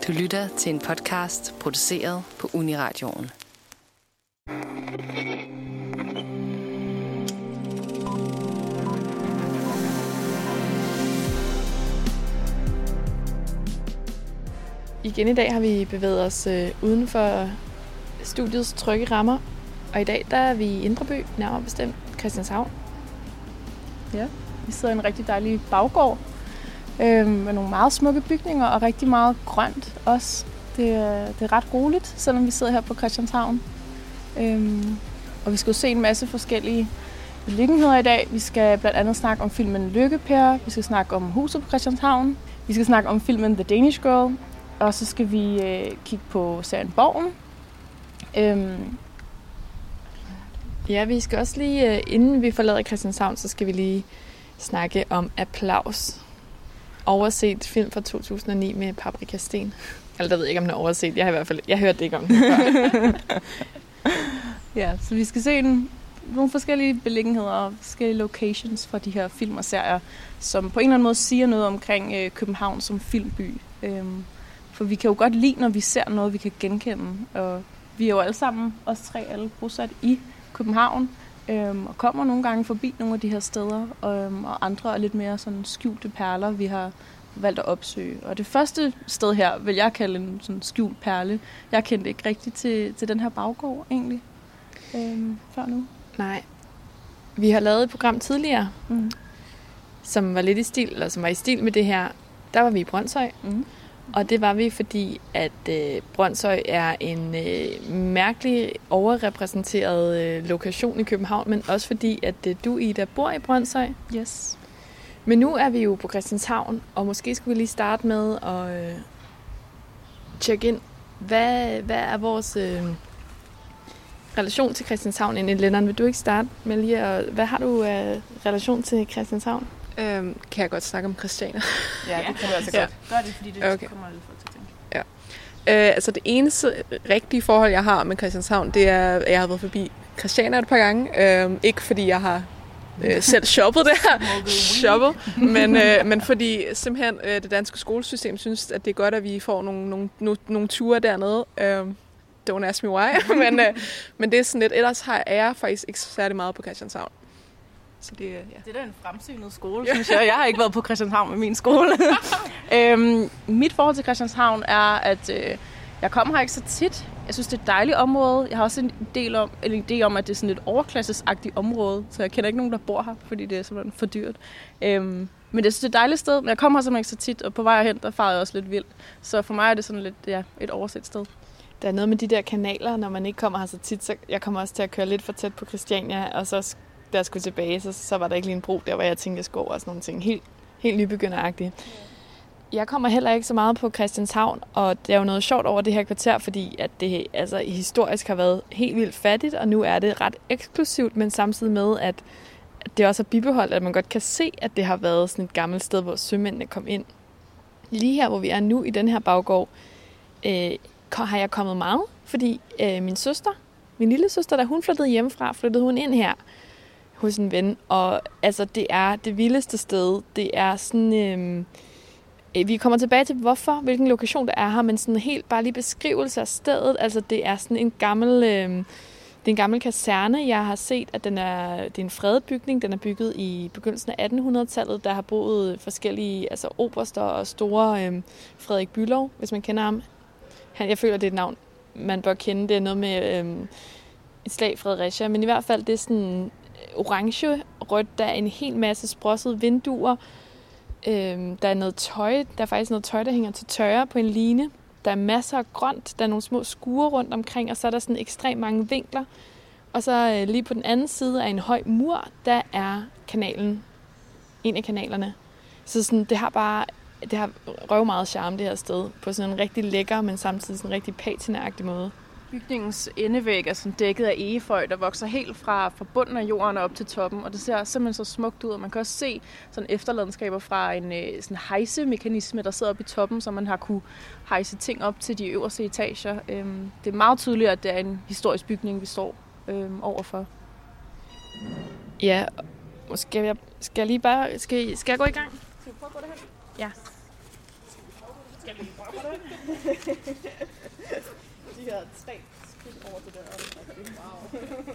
Du lytter til en podcast produceret på Uniradioen. Igen i dag har vi bevæget os uden for studiets trygge rammer, og i dag der er vi i Indre By, nærmere bestemt Christianshavn. Ja, vi sidder i en rigtig dejlig baggård med nogle meget smukke bygninger og rigtig meget grønt også. Det er ret roligt, selvom vi sidder her på Christianshavn. Og vi skal jo se en masse forskellige beliggenheder i dag. Vi skal blandt andet snakke om filmen Lykke-Per, vi skal snakke om huset på Christianshavn, vi skal snakke om filmen The Danish Girl, og så skal vi kigge på serien Borgen. Ja, vi skal også lige, inden vi forlader Christianshavn, så skal vi lige snakke om Applaus. Overset film fra 2009 med Paprika Steen. Eller der ved jeg ikke, om den er overset. Jeg hørte ikke om den før. Ja, så vi skal se nogle forskellige beliggenheder og forskellige locations fra de her film og serier, som på en eller anden måde siger noget omkring København som filmby. For vi kan jo godt lide, når vi ser noget, vi kan genkende. Og vi er jo alle sammen, os tre, alle bosat i København, og kommer nogle gange forbi nogle af de her steder, og andre er lidt mere sådan skjulte perler, vi har valgt at opsøge. Og det første sted her vil jeg kalde en sådan skjult perle. Jeg kendte ikke rigtigt til den her baggård egentlig før nu. Nej. Vi har lavet et program tidligere, som var lidt i stil, eller som var i stil med det her. Der var vi i Brønshøj. Og det var vi, fordi at Brønshøj er en mærkelig overrepræsenteret lokation i København, men også fordi, at du, Ida, bor i Brønshøj. Yes. Men nu er vi jo på Christianshavn, og måske skulle vi lige starte med at tjekke ind. Hvad er vores relation til Christianshavn egentlig? Lennart, vil du ikke starte med lige hvad har du af relation til Christianshavn? Kan jeg godt snakke om Christiania? Ja, det kan du altså godt. Gør det, fordi det okay. Kommer alle folk til at tænke. Ja. Altså det eneste rigtige forhold, jeg har med Christianshavn, det er, at jeg har været forbi Christiania et par gange. Ikke fordi jeg har selv shoppet der, men fordi simpelthen det danske skolesystem synes, at det er godt, at vi får nogle ture dernede. Don't ask me why, men det er sådan lidt, ellers er jeg faktisk ikke særlig meget på Christianshavn. Så det er da en fremsynet skole, synes jeg. Jeg har ikke været på Christianshavn med min skole. Mit forhold til Christianshavn er, at jeg kommer her ikke så tit. Jeg synes, det er et dejligt område. Jeg har også en idé om, at det er sådan et overklassesagtigt område, så jeg kender ikke nogen, der bor her, fordi det er simpelthen for dyrt. Men jeg synes, det er et dejligt sted, men jeg kommer her simpelthen ikke så tit, og på vej hen, der farer jeg også lidt vildt. Så for mig er det sådan lidt et overset sted. Der er noget med de der kanaler, når man ikke kommer her så tit, så jeg kommer også til at køre lidt for tæt på Christiania, og så da jeg skulle tilbage, så var der ikke lige en bro der, hvor jeg tænkte, jeg skulle over og sådan nogle ting. Helt nybegynderagtigt. Jeg kommer heller ikke så meget på Christianshavn, og det er jo noget sjovt over det her kvarter, fordi at det altså historisk har været helt vildt fattigt, og nu er det ret eksklusivt, men samtidig med, at det også har bibeholdt, at man godt kan se, at det har været sådan et gammelt sted, hvor sømændene kom ind. Lige her, hvor vi er nu i den her baggård, har jeg kommet meget, fordi min lille søster, da hun flyttede hjemmefra, flyttede hun ind her hos en ven, og altså det er det vildeste sted. Det er sådan, vi kommer tilbage til hvilken lokation der er her, men sådan helt bare lige beskrivelse af stedet. Altså det er sådan en gammel kaserne. Jeg har set, at det er en fredet bygning. Den er bygget i begyndelsen af 1800-tallet. Der har boet forskellige oberster og store Frederik Bülow, hvis man kender ham. Jeg føler, det er et navn, man bør kende. Det er noget med et slag i Fredericia, men i hvert fald det er sådan orange-rødt. Der er en hel masse sprossede vinduer. Der er noget tøj. Der er faktisk noget tøj, der hænger til tørre på en line. Der er masser af grønt. Der er nogle små skure rundt omkring, og så er der sådan ekstremt mange vinkler. Og så lige på den anden side af en høj mur, der er kanalen. En af kanalerne. Så sådan, det har røv meget charme, det her sted. På sådan en rigtig lækker, men samtidig sådan en rigtig patina-agtig måde. Bygningens endevæg er sådan dækket af egefrø, der vokser helt fra bunden af jorden og op til toppen, og det ser simpelthen så smukt ud, og man kan også se sådan efterladenskaber fra en sådan hejsemekanisme, der sidder oppe i toppen, så man har kunne hejse ting op til de øverste etager. Det er meget tydeligt, at det er en historisk bygning, vi står overfor. Ja, skal jeg gå i gang? Skal vi prøve at gå derhen? Ja. skal lige prøve det. De her statsfilm over til døren. Wow.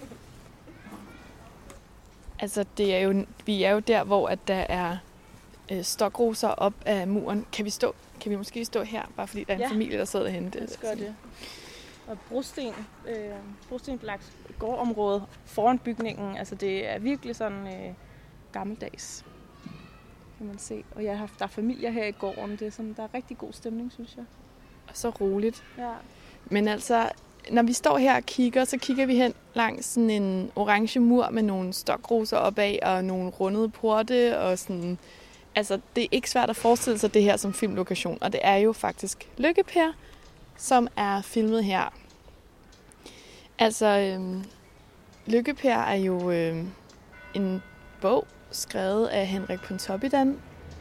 Altså, vi er jo der, hvor at der er stokroser op af muren. Kan vi måske stå her, bare fordi der er en familie, der sidder derhenne? Det gør det. Og brostenbelagt gårdområde foran bygningen. Altså, det er virkelig sådan gammeldags, kan man se. Og der er familier her i gården. Det er sådan, der er rigtig god stemning, synes jeg. Og så roligt. Ja. Men altså, når vi står her og kigger, så kigger vi hen langs sådan en orange mur med nogle stokroser opad og nogle rundede porte og sådan. Altså, det er ikke svært at forestille sig det her som filmlokation, og det er jo faktisk Lykke-Per, som er filmet her. Altså, Lykke-Per er jo en bog skrevet af Henrik Pontoppidan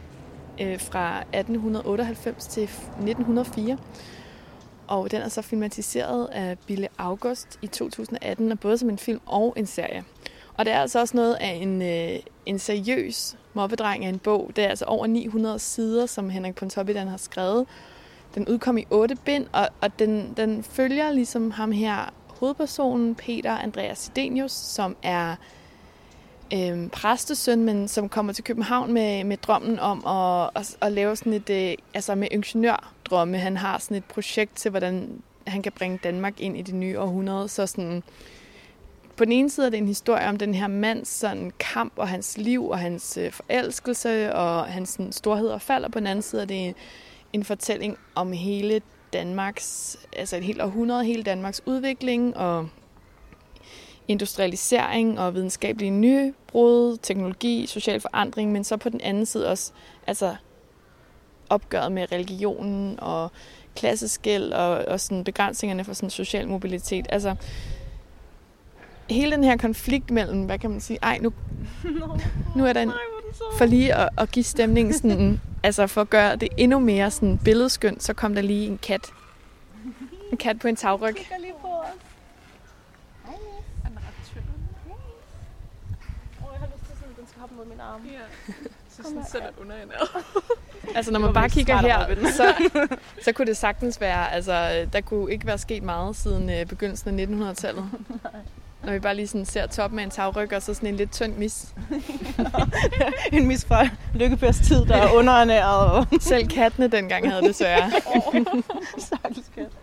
fra 1898 til 1904. Og den er så filmatiseret af Bille August i 2018, og både som en film og en serie. Og det er altså også noget af en seriøs mobbedreng af en bog. Det er altså over 900 sider, som Henrik Pontoppidan har skrevet. Den udkom i 8 bind, og den følger ligesom ham her, hovedpersonen Peter Andreas Sidenius, som er præstesøn, men som kommer til København med drømmen om at lave sådan et, altså med ingeniørdrømme. Han har sådan et projekt til, hvordan han kan bringe Danmark ind i det nye århundrede. Så sådan, på den ene side er det en historie om den her mands sådan kamp og hans liv og hans forelskelse og hans sådan storhed og fald, og på den anden side er det en fortælling om hele Danmarks, altså et helt århundrede, hele Danmarks udvikling og industrialisering og videnskabelige nybrud, teknologi, social forandring, men så på den anden side også altså opgøret med religionen og klasseskel og sådan begrænsningerne for sådan social mobilitet. Altså hele den her konflikt mellem, hvad kan man sige, nu er der en, for lige at give stemningen sådan, altså for at gøre det endnu mere sådan billedskønt, så kom der lige en kat. En kat på en tagryg. Den kigger lige på os. Hej. Den er ret tynd. Jeg har lyst til sådan, den skal hoppe mod min arm. Ja. Så sådan selv lidt underernæret. Altså når man bare kigger her, så kunne det sagtens være, altså der kunne ikke være sket meget siden begyndelsen af 1900-tallet. Når vi bare lige sådan ser toppen af en tagryg, og så sådan en lidt tynd mis. En mis fra Lykke-Pers tid, der er underernæret. Og selv kattene dengang havde det svære. Stakkels kat.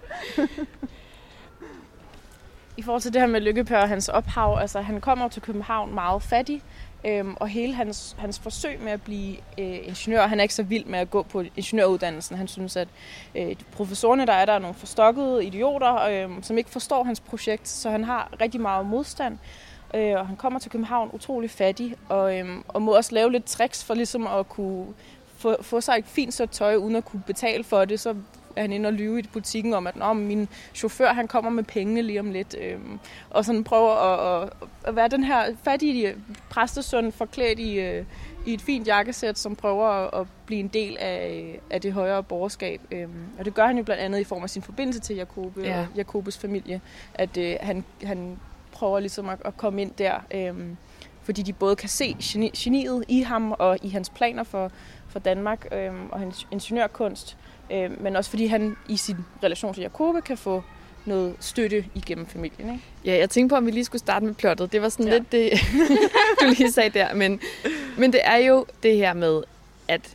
I forhold til det her med Lykke-Per og hans ophav, altså han kommer til København meget fattig, og hele hans forsøg med at blive ingeniør, han er ikke så vild med at gå på ingeniøruddannelsen. Han synes, at professorerne, der er nogle forstokkede idioter, som ikke forstår hans projekt, så han har rigtig meget modstand. Og han kommer til København utrolig fattig, og må også lave lidt tricks for ligesom at kunne få sig et fint sæt tøj, uden at kunne betale for det. Så er han inde og lyve i butikken om, at min chauffør han kommer med pengene lige om lidt. Og sådan prøver at være den her fattige præstesøn forklædt i et fint jakkesæt, som prøver at blive en del af det højere borgerskab. Og det gør han jo blandt andet i form af sin forbindelse til Jacobe og Jacobes familie, at han prøver ligesom at komme ind der, fordi de både kan se geniet i ham og i hans planer for Danmark og hans ingeniørkunst, men også fordi han i sin relation til Jacobe kan få noget støtte igennem familien. Ikke? Ja, jeg tænkte på, om vi lige skulle starte med plottet. Det var sådan lidt det, du lige sagde der. Men det er jo det her med, at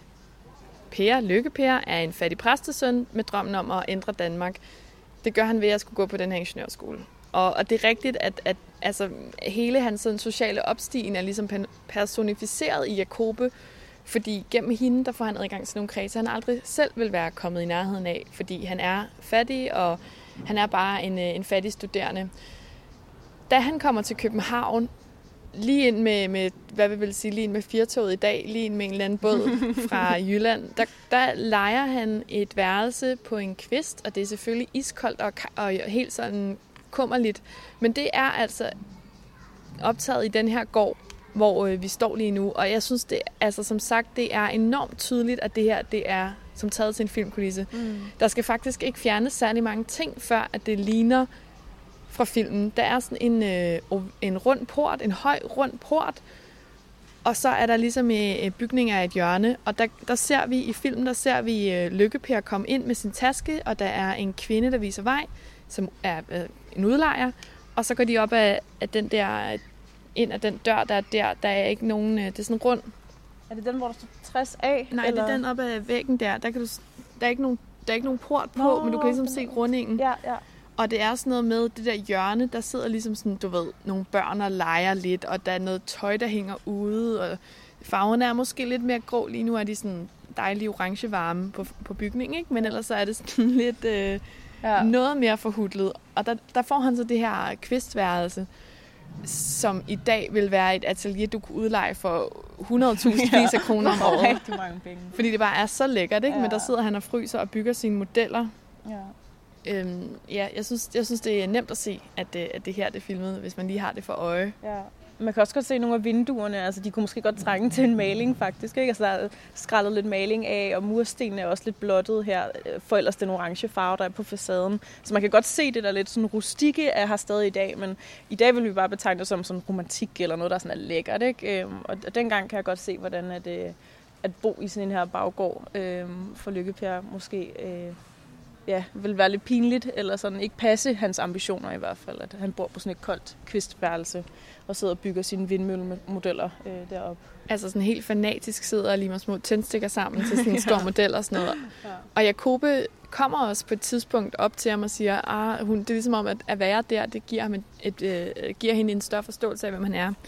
Lykke-Per er en fattig præstesøn med drømmen om at ændre Danmark. Det gør han ved at skulle gå på den her ingeniørskole. Og det er rigtigt, at altså, hele hans sådan, sociale opstigen er ligesom personificeret i Jacobe, fordi gennem hende, der får han adgang til nogle kredse, han aldrig selv vil være kommet i nærheden af, fordi han er fattig, og han er bare en fattig studerende. Da han kommer til København, lige ind med hvad vi vil sige, lige ind med firtoget i dag, lige ind med en eller anden båd fra Jylland, der lejer han et værelse på en kvist, og det er selvfølgelig iskoldt og helt sådan kummerligt. Men det er altså optaget i den her gård, hvor vi står lige nu. Og jeg synes, det, altså, som sagt, det er enormt tydeligt, at det her det er som taget til en filmkulisse. Der skal faktisk ikke fjernes særlig mange ting, før at det ligner fra filmen. Der er sådan en rund port, en høj rund port, Og så er der ligesom bygninger af et hjørne, og der ser vi i filmen, der ser vi Lykke-Per komme ind med sin taske, og der er en kvinde, der viser vej, som er en udlejer, og så går de op af den der, ind af den dør, der er ikke nogen, det er sådan rund. Er det den, hvor der står 60A? Nej, eller? Det er den op ad væggen der, der er ikke nogen port på, men du kan ligesom se rundingen. Ja. Og det er sådan noget med det der hjørne, der sidder ligesom sådan, du ved, nogle børn og leger lidt, og der er noget tøj, der hænger ude, og farverne er måske lidt mere grå. Lige nu er de sådan dejlige orange varme på bygningen, ikke? Men ellers så er det sådan lidt noget mere forhudlet. Og der får han så det her kvistværelse, som i dag vil være et atelier, du kunne udleje for 100.000 af kroner om året. Rigtig mange penge. Fordi det bare er så lækkert, ikke? Men der sidder han og fryser og bygger sine modeller. Jeg synes, det er nemt at se, at det her det er filmet, hvis man lige har det for øje. Ja. Man kan også godt se nogle af vinduerne, altså de kunne måske godt trænge til en maling faktisk, ikke? Altså der er skrællet lidt maling af, og murstenene er også lidt blottet her, for ellers den orange farve, der er på facaden. Så man kan godt se det der lidt sådan rustikke er her stadig i dag, men i dag vil vi bare betegne det som sådan romantik eller noget, der sådan er lækkert, ikke? Og dengang kan jeg godt se, hvordan at bo i sådan en her baggård for Lykke-Per måske vil være lidt pinligt, eller sådan ikke passe hans ambitioner i hvert fald, at han bor på sådan et koldt kvistværelse og sidder og bygger sine vindmøllemodeller deroppe. Altså sådan helt fanatisk sidder og limer små tændstikker sammen til sådan en stor model og sådan noget. Ja. Og Jacobe kommer også på et tidspunkt op til ham og siger, det er ligesom om at være der, det giver ham giver hende en større forståelse af, hvem han er.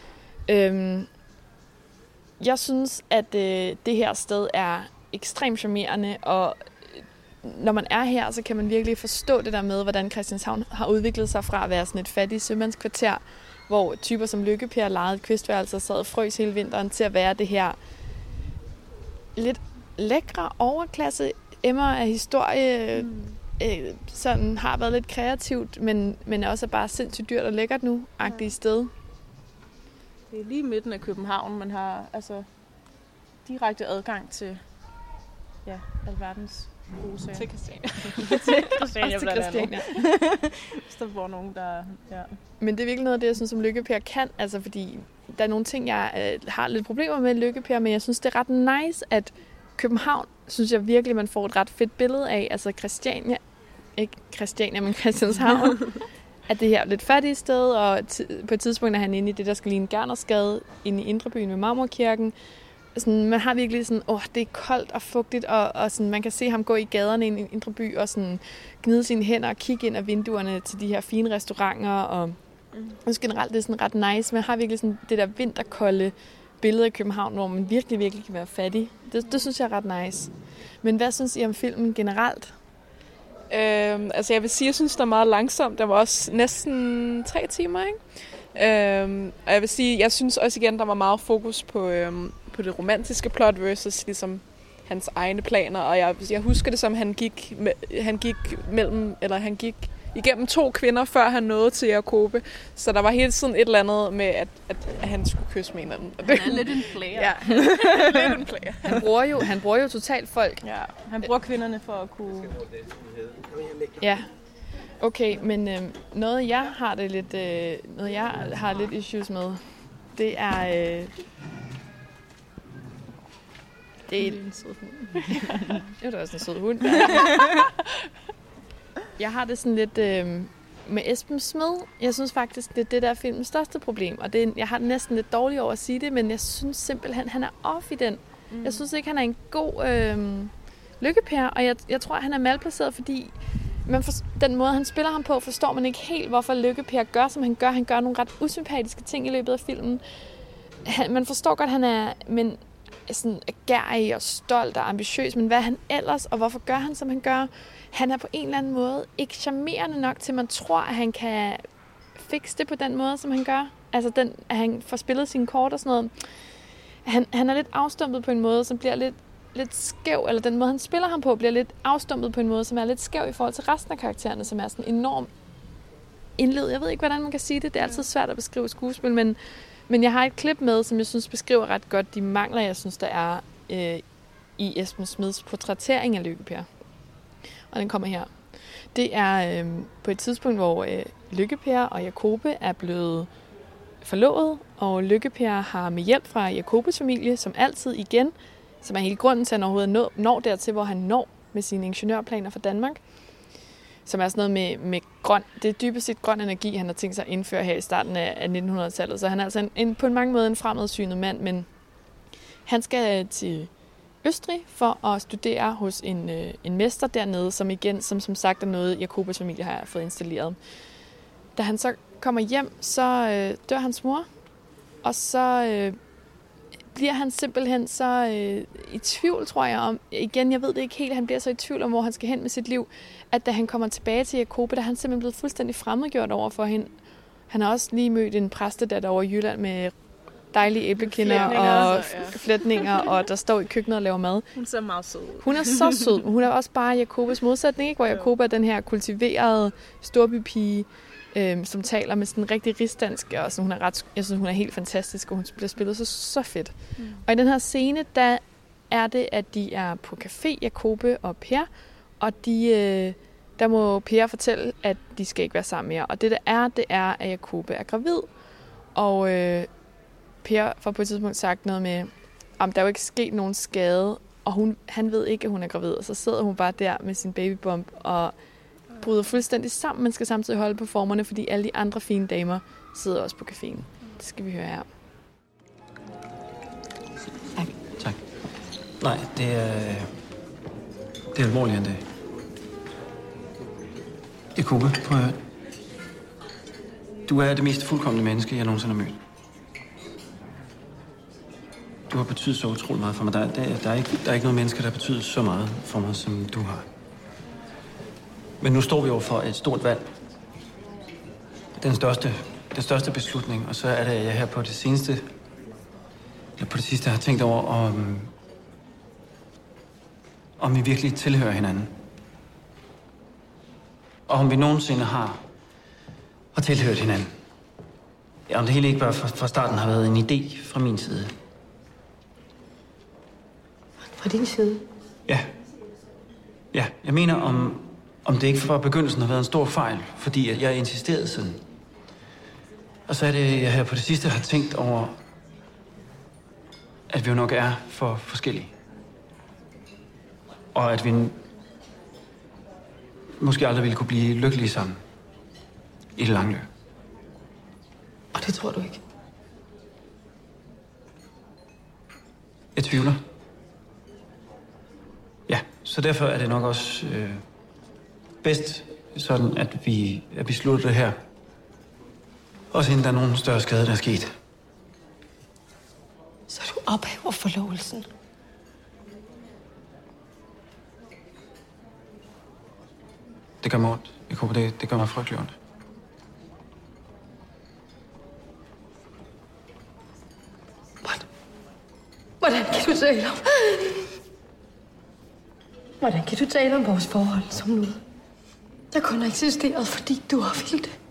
Jeg synes, at det her sted er ekstremt charmerende, og når man er her, så kan man virkelig forstå det der med, hvordan Christianshavn har udviklet sig fra at være sådan et fattigt sømandskvarter, hvor typer som Lykke-Per lejede et kvistværelse og sad og frøs hele vinteren, til at være det her lidt lækre overklasse, emmer af historie, sådan har været lidt kreativt, men også bare sindssygt dyrt og lækkert nu-agtigt sted. Det er lige i midten af København, man har altså direkte adgang til alverdens gode sager. Til Christiania. Til Christiania blandt andet. Hvis der var nogen, der... Ja. Men det er virkelig noget af det, jeg synes, som Lykke-Per kan. Altså, fordi der er nogle ting, jeg har lidt problemer med Lykke-Per, men jeg synes, det er ret nice, at København, synes jeg virkelig, man får et ret fedt billede af. Altså Christiania, ikke Christiania, men Christianshavn. At det her er lidt fattigt sted, og på et tidspunkt er han inde i det, der skal ligne Gernersgade, inde i Indre Byen ved Marmorkirken. Sådan, man har virkelig sådan, det er koldt og fugtigt, og sådan, man kan se ham gå i gaderne i Indre By og sådan gnide sine hænder og kigge ind ad vinduerne til de her fine restauranter, og generelt det er sådan ret nice. Man har virkelig sådan det der vinterkolde billede af København, hvor man virkelig, virkelig kan være fattig. Det synes jeg er ret nice. Men hvad synes I om filmen generelt? Altså jeg vil sige, jeg synes, det er meget langsomt. Der var også næsten 3 timer, ikke? Og jeg vil sige, jeg synes også igen, der var meget fokus på det romantiske plot versus ligesom hans egne planer. Og jeg husker det som, han gik igennem 2 kvinder, før han nåede til Jacobe. Så der var hele tiden et eller andet med, at han skulle kysse med en anden. Han er lidt en player. Ja, lidt en player. Han bruger jo totalt folk. Ja, han bruger kvinderne for at kunne... Ja. Okay, men noget jeg har lidt issues med, det er... det er en sød hund. Det er da også en sød hund. Jeg har det sådan lidt med Esben Smed. Jeg synes faktisk, det er det der filmens største problem. Og jeg har det næsten lidt dårligt over at sige det, men jeg synes simpelthen, han er off i den. Jeg synes ikke, han er en god Lykke-Per, og jeg tror, han er malplaceret, fordi den måde, han spiller ham på, forstår man ikke helt, hvorfor Lykke-Per gør, som han gør. Han gør nogle ret usympatiske ting i løbet af filmen. Man forstår godt, han er sådan agerig og stolt og ambitiøs, men hvad er han ellers, og hvorfor gør han, som han gør? Han er på en eller anden måde ikke charmerende nok til, man tror, at han kan fikse det på den måde, som han gør. Altså, at han får spillet sine kort og sådan noget. Han er lidt afstumpet på en måde, som bliver lidt skæv, eller den måde, han spiller ham på, bliver lidt afstumpet på en måde, som er lidt skæv i forhold til resten af karaktererne, som er sådan enormt indledet. Jeg ved ikke, hvordan man kan sige det. Det er altid svært at beskrive skuespil, men jeg har et klip med, som jeg synes beskriver ret godt de mangler, jeg synes, der er i Esben Smeds portrættering af Lykke-Per. Og den kommer her. Det er på et tidspunkt, hvor Lykke-Per og Jacobe er blevet forlovet, og Lykke-Per har med hjælp fra Jacobes familie, som altid igen, som er hele grunden til, at han overhovedet når dertil, hvor han når med sine ingeniørplaner for Danmark, som er sådan noget med grøn, det er dybest set grøn energi, han har tænkt sig at indføre her i starten af 1900-tallet. Så han er altså på en mange måder en fremadsynet mand, men han skal til Østrig for at studere hos en mester dernede, som sagt er noget, Jacobes familie har fået installeret. Da han så kommer hjem, så dør hans mor, og så bliver han simpelthen så i tvivl, tror jeg, om, igen, jeg ved det ikke helt, han bliver så i tvivl om, hvor han skal hen med sit liv, at da han kommer tilbage til Jacobe, der er han simpelthen blevet fuldstændig fremmedgjort over for hende. Han har også lige mødt en præstedatter over i Jylland med dejlige æblekinder og flætninger, og der står i køkkenet og laver mad. Hun ser meget sød ud. Hun er så sød. Hun er også bare Jacobes modsætning, ikke? Hvor Jacobe er den her kultiverede storbypige, som taler med sådan rigtig rigsdansk, og sådan, jeg synes, hun er helt fantastisk, og hun bliver spillet så fedt. Og i den her scene, der er det, at de er på café, Jacobe og Per, og der må Per fortælle, at de skal ikke være sammen mere. Og det er, at Jacobe er gravid, og Per får på et tidspunkt sagt noget med, om der er jo ikke sket nogen skade, og han ved ikke, at hun er gravid, og så sidder hun bare der med sin babybump og bryder fuldstændig sammen, men skal samtidig holde på formerne, fordi alle de andre fine damer sidder også på caféen. Det skal vi høre her. Tak. Nej, det er alvorligt end det. Jacobe, prøv at høre. Du er det mest fuldkomne menneske, jeg nogensinde har mødt. Du har betydet så utroligt meget for mig. Der er ikke noget menneske, der har betydet så meget for mig, som du har. Men nu står vi over for et stort valg. Den største beslutning, og så er det, jeg her på det sidste har tænkt over, om vi virkelig tilhører hinanden. Og om vi nogensinde har tilhørt hinanden. Ja, om det hele ikke bare fra starten har været en idé fra min side. Fra din side? Ja. Ja, jeg mener, om det ikke fra begyndelsen har været en stor fejl, fordi at jeg insisterede sådan. Og så er det, jeg her på det sidste har tænkt over, at vi jo nok er for forskellige. Og at vi måske aldrig ville kunne blive lykkelige sammen i det lange løb. Og det tror du ikke? Jeg tvivler. Ja, så derfor er det nok også bedst sådan, at vi slutter det her. Også inden der er nogen større skade, der er sket. Så du ophæver forlovelsen? Det gør mig ondt. Jeg håber, det gør mig frygtelig ondt. Hvordan kan du tale om vores forhold som noget, der kun har eksisteret, fordi du har vildt det?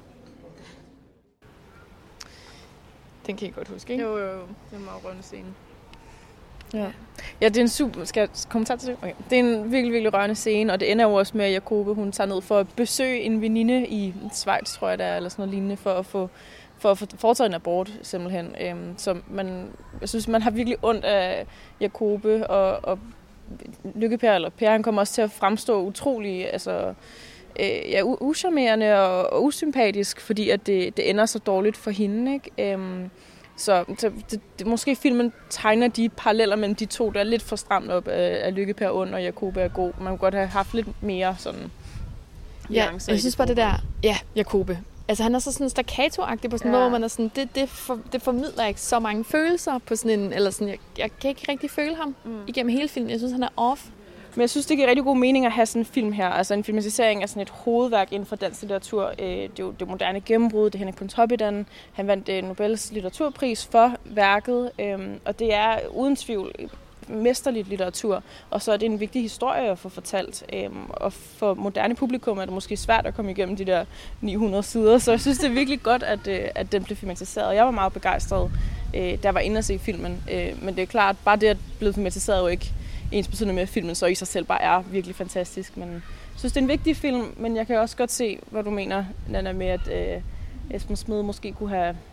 Den kan I godt huske, ikke? Jo. Det er en meget rørende scene. Ja, det er en super... Skal jeg kommentere til det? Okay. Det er en virkelig, virkelig rørende scene, og det ender jo også med, at Jacobe, hun tager ned for at besøge en veninde i Schweiz, tror jeg, der er, eller sådan noget lignende, for at få foretaget en abort, simpelthen. Jeg synes, man har virkelig ondt af Jacobe, og Lykke-Per, eller Per, han kommer også til at fremstå utrolig, ucharmerende og usympatisk, fordi at det ender så dårligt for hende, ikke? Så måske filmen tegner de paralleller mellem de to, der er lidt for stramt op af Lykke-Per ond, og Jacobe er god. Man kunne godt have haft lidt mere sådan... Ja, jeg synes bare det der... Ja, Jacobe. Altså han er så sådan staccato-agtig på sådan en måde, hvor man er sådan... Det formidler ikke så mange følelser på sådan en... Eller sådan, jeg kan ikke rigtig føle ham igennem hele filmen. Jeg synes, han er off. Men jeg synes, det giver rigtig god mening at have sådan en film her. Altså en filmatisering af sådan et hovedværk inden for dansk litteratur. Det er jo det moderne gennembrud. Det er Henrik Pontoppidan. Han vandt Nobels litteraturpris for værket. Og det er uden tvivl mesterligt litteratur. Og så er det en vigtig historie at få fortalt. Og for moderne publikum er det måske svært at komme igennem de der 900 sider. Så jeg synes, det er virkelig godt, at den blev filmatiseret. Jeg var meget begejstret, da jeg var inde og se filmen. Men det er klart, bare det at blive filmatiseret er jo ikke ensbetydende med, at filmen så i sig selv bare er virkelig fantastisk. Men jeg synes, det er en vigtig film, men jeg kan også godt se, hvad du mener, Nana, med at Esben Smed måske kunne have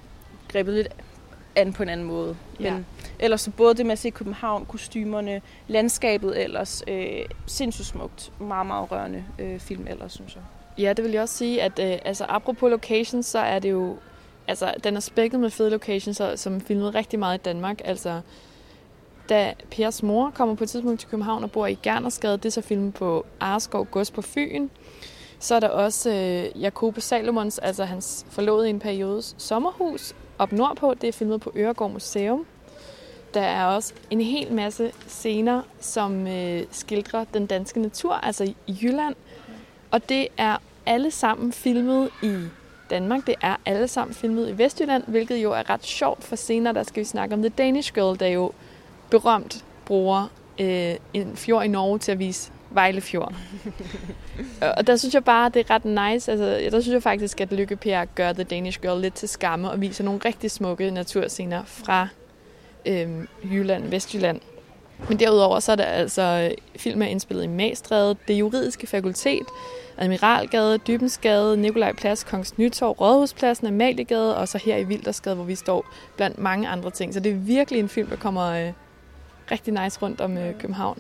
grebet lidt an på en anden måde. Men ellers så både det med at se København, kostymerne, landskabet ellers, sindssygt smukt, meget, meget rørende film ellers, synes jeg. Ja, det vil jeg også sige, at apropos locations, så er det jo, den er spækket med fede locations, som er filmet rigtig meget i Danmark. Altså, da Pers mor kommer på et tidspunkt til København og bor i Gernersgade, det er så filmet på Arskov Gods på Fyn. Så er der også Jacobo Salomons, altså hans forlovede i en periodes sommerhus op nordpå. Det er filmet på Øregård Museum. Der er også en hel masse scener, som skildrer den danske natur, altså i Jylland. Og det er alle sammen filmet i Danmark. Det er alle sammen filmet i Vestjylland, hvilket jo er ret sjovt, for senere der skal vi snakke om The Danish Girl, der jo berømt bruger en fjord i Norge til at vise Vejle Fjord. Og der synes jeg bare, det er ret nice. Altså, der synes jeg faktisk, at Lykke Per gør The Danish Girl lidt til skamme og viser nogle rigtig smukke naturscener fra Jylland, Vestjylland. Men derudover så er der altså film er indspillet i Magstræde, Det Juridiske Fakultet, Admiralgade, Dybensgade, Nikolaj Plads, Kongens Nytorv, Rådhuspladsen, Amaliegade og så her i Wildersgade, hvor vi står blandt mange andre ting. Så det er virkelig en film, der kommer rigtig nice rundt om København.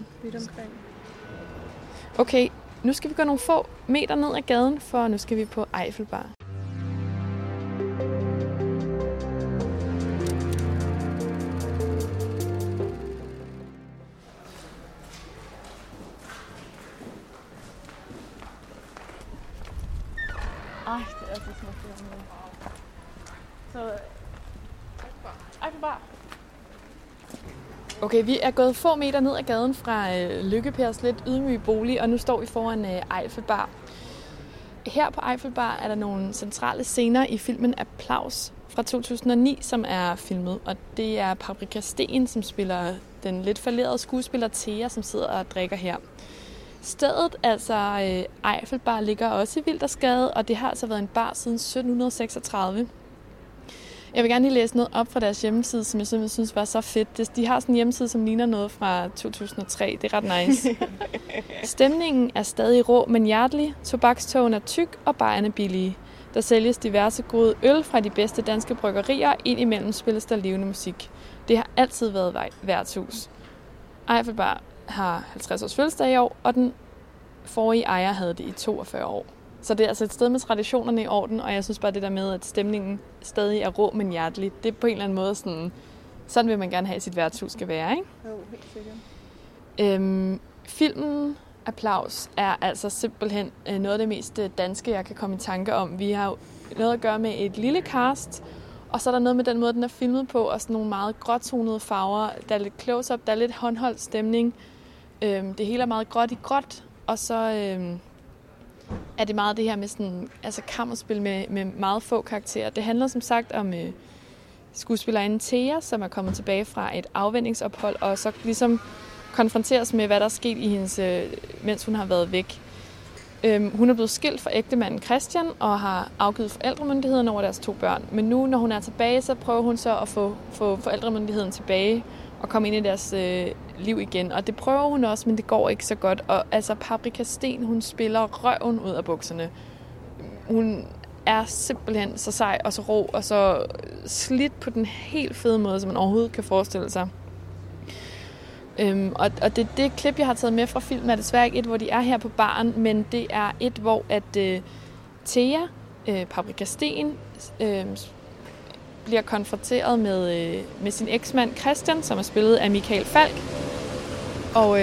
Okay, nu skal vi gå nogle få meter ned ad gaden, for nu skal vi på Eiffelbar. Ej, det er så smukt. Så Eiffelbar. Okay, vi er gået få meter ned ad gaden fra Lykke Pers lidt ydmyge bolig, og nu står vi foran Eiffelbar. Her på Eiffelbar er der nogle centrale scener i filmen Applaus fra 2009, som er filmet. Og det er Paprika Steen, som spiller den lidt fallerede skuespiller Thea, som sidder og drikker her. Stedet, altså Eiffelbar, ligger også i Wildersgade, og det har altså været en bar siden 1736. Jeg vil gerne lige læse noget op fra deres hjemmeside, som jeg simpelthen synes var så fedt. De har sådan en hjemmeside, som ligner noget fra 2003. Det er ret nice. Stemningen er stadig rå, men hjertelig. Tobakstogen er tyk, og bajerne billige. Der sælges diverse gode øl fra de bedste danske bryggerier, ind imellem spilles der levende musik. Det har altid været værtshus. Eiffelbar har 50 års fødselsdag i år, og den forrige ejer havde det i 42 år. Så det er altså et sted med traditionerne i orden, og jeg synes bare det der med, at stemningen stadig er rå, men hjertelig, det er på en eller anden måde sådan vil man gerne have, at sit værtshus skal være, ikke? Jo, helt sikkert. Filmen Applaus er altså simpelthen noget af det mest danske, jeg kan komme i tanke om. Vi har jo noget at gøre med et lille cast, og så er der noget med den måde, den er filmet på, og sådan nogle meget gråtonede farver. Der er lidt close-up, der er lidt håndholdt stemning. Det hele er meget gråt i gråt, og så er det meget det her med sådan, altså kammerspil med meget få karakterer. Det handler som sagt om skuespillerinden Thea, som er kommet tilbage fra et afvendingsophold, og så ligesom konfronteres med, hvad der er sket i hendes, mens hun har været væk. Hun er blevet skilt fra ægtemanden Christian og har afgivet forældremyndigheden over deres 2 børn. Men nu, når hun er tilbage, så prøver hun så at få forældremyndigheden tilbage og komme ind i deres liv igen. Og det prøver hun også, men det går ikke så godt. Og altså Paprika Steen, hun spiller røven ud af bukserne. Hun er simpelthen så sej og så rå og så slidt på den helt fede måde, som man overhovedet kan forestille sig. Og det klip, jeg har taget med fra filmen, er desværre ikke et, hvor de er her på baren, men det er et, hvor at Thea, Paprika Steen, bliver konfronteret med sin eksmand Christian, som er spillet af Michael Falk. Og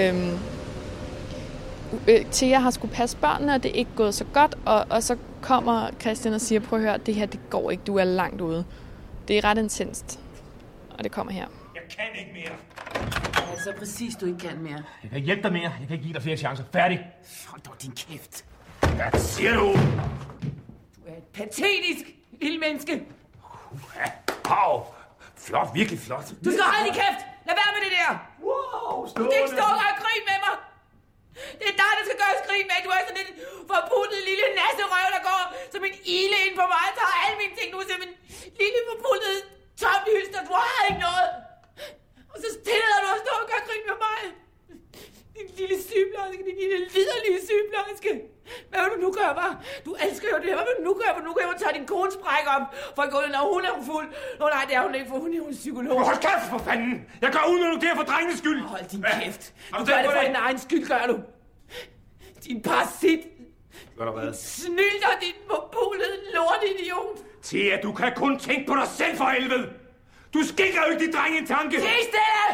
Thea har skulle passe børnene, og det er ikke gået så godt, og så kommer Christian og siger, prøv at høre, det her, det går ikke, du er langt ude. Det er ret intenst, og det kommer her. Jeg kan ikke mere. Altså præcis, du ikke kan mere. Jeg kan ikke hjælpe dig mere. Jeg kan ikke give dig flere chancer. Færdig. Hold dog din kæft. Hvad siger du? Du er et patetisk lille menneske. Au. Flot, virkelig flot. Du skal holde din kæft. Lad være med det der. Wow, du skal ikke stå og grine med mig. Det er dig, der skal gøre skrig med. Du er sådan en forputtet lille nasserøv, der går som en ile ind på mig og tager alle mine ting. Du er simpelthen en lille forputtet tomhylster. Du har ikke noget. Og så tillader du at stå og gøre grin med mig. Din lille sygeplejerske, din lille liderlige sygeplejerske. Hvad vil du nu gøre, hva'? Du elsker jo det her. Hvad vil du nu gøre? For nu kan jeg jo tage din kones bræk op for at gå ind, og hun er fuld. Nå nej, det er hun ikke, for hun er jo en psykolog. Hold kæft for fanden! Jeg gør unødvendigt det her for drengenes skyld! Hold din kæft. Du gør det for din egen skyld, gør du. Din parasit. Gør der hvad? Snylder, din forbulede lortidiot. Thea, du kan kun tænke på dig selv for helvede! Du skænker jo ikke de drenge en tanke! Tig stille!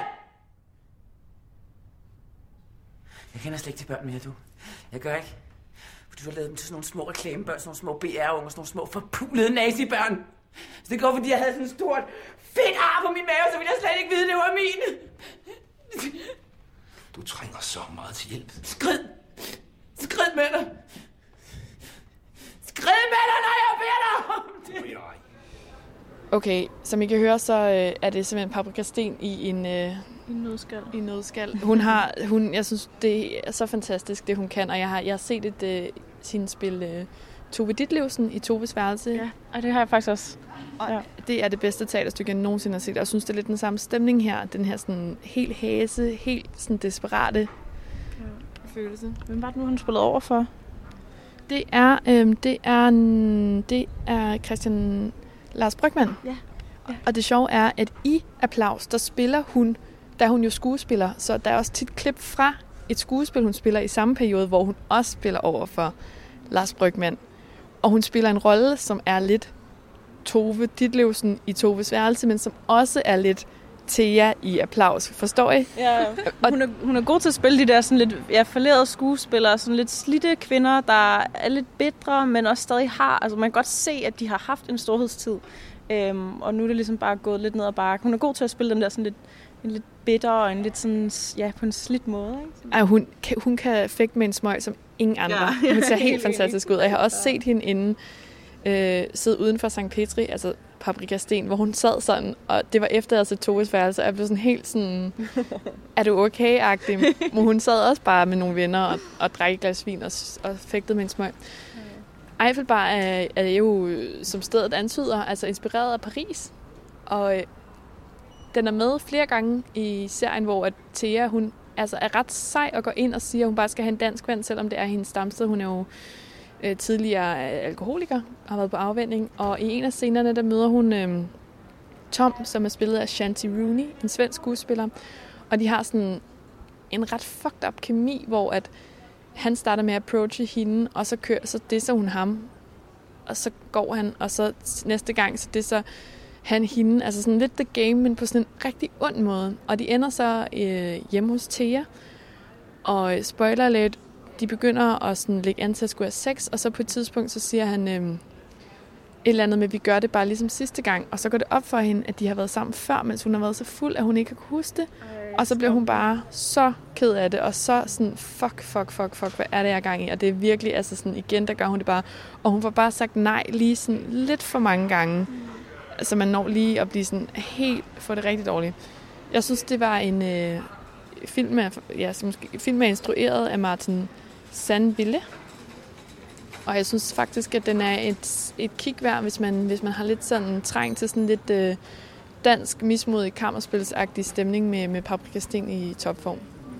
Jeg kender slet ikke til børn mere, du. Jeg gør ikke. For du har lavet dem til sådan nogle små reklamebørn, sådan nogle små BR-unger, sådan nogle små forpulede nazibørn. Så det går, fordi jeg havde sådan et stort, fedt ar på min mave, så ville jeg slet ikke vide, det var min. Du trænger så meget til hjælp. Skrid! Skrid med dig! Skrid med dig, når jeg beder dig om det! Okay, som I kan høre, så er det simpelthen Paprika Steen i en nødskal. Jeg synes, det er så fantastisk, det hun kan, og jeg har set sin spil Tove Ditlevsen i Toves værelse. Ja, og det har jeg faktisk også. Og det er det bedste teaterstykke, jeg nogensinde har set. Og jeg synes, det er lidt den samme stemning her. Den her sådan helt hæse, helt sådan desperate følelse. Hvem var det nu, hun spillede over for? Det er Christian Lars Brygmann. Ja. Og det sjove er, at i Applaus, der spiller hun, der er hun jo skuespiller, så der er også tit klip fra et skuespil, hun spiller i samme periode, hvor hun også spiller over for Lars Brygmann. Og hun spiller en rolle, som er lidt Tove Ditlevsen i Toves værelse, men som også er lidt Thea i Applaus. Forstår I? Ja, hun er god til at spille de der sådan lidt fallerede skuespillere, sådan lidt slidte kvinder, der er lidt bitre, men også stadig har, altså man kan godt se, at de har haft en storhedstid. Og nu er det ligesom bare gået lidt ned ad bakke. Hun er god til at spille den der sådan lidt bitter og en lidt sådan, ja, på en slidt måde. Ikke? Ej, hun kan fægte med en smøg som ingen andre. Ja. Hun ser helt fantastisk ud. Og jeg har også set hende inden sidde uden for St. Petri, altså Paprika Steen, hvor hun sad sådan, og det var efter, at jeg havde set Toves værelse, og jeg blev sådan helt sådan, er du okay-agtig? Men hun sad også bare med nogle venner og drak et glas vin og fægtede med en smøg. Eiffelbar er jo, som stedet antyder, altså inspireret af Paris. Og den er med flere gange i serien, hvor at Thea, hun altså er ret sej og går ind og siger, at hun bare skal have en dansk ven, selvom det er hendes stamsted. Hun er jo tidligere alkoholiker, har været på afvænning. Og i en af scenerne, der møder hun Tom, som er spillet af Shanti Rooney, en svensk skuespiller. Og de har sådan en ret fucked up kemi, hvor at han starter med at approache hende, og så disser hun ham. Og så går han, og så næste gang, så disser han hende. Altså sådan lidt The Game, men på sådan en rigtig ond måde. Og de ender så hjemme hos Thea. Og spoiler alert, de begynder at sådan lægge an til at skulle have sex, og så på et tidspunkt, så siger han et eller andet med, at vi gør det bare ligesom sidste gang. Og så går det op for hende, at de har været sammen før, mens hun har været så fuld, at hun ikke kan huske det. Og så bliver hun bare så ked af det, og så sådan, fuck, hvad er det, jeg er gang i? Og det er virkelig, altså sådan, igen, der gør hun det bare. Og hun får bare sagt nej lige sådan lidt for mange gange. Så man når lige at blive sådan helt, få det rigtig dårligt. Jeg synes, det var en film er instrueret af Martin Sandville. Og jeg synes faktisk, at den er et kig værd, hvis man har lidt sådan træng til sådan lidt dansk mismodig kammerspilsagtig stemning med Paprika Steen i topform.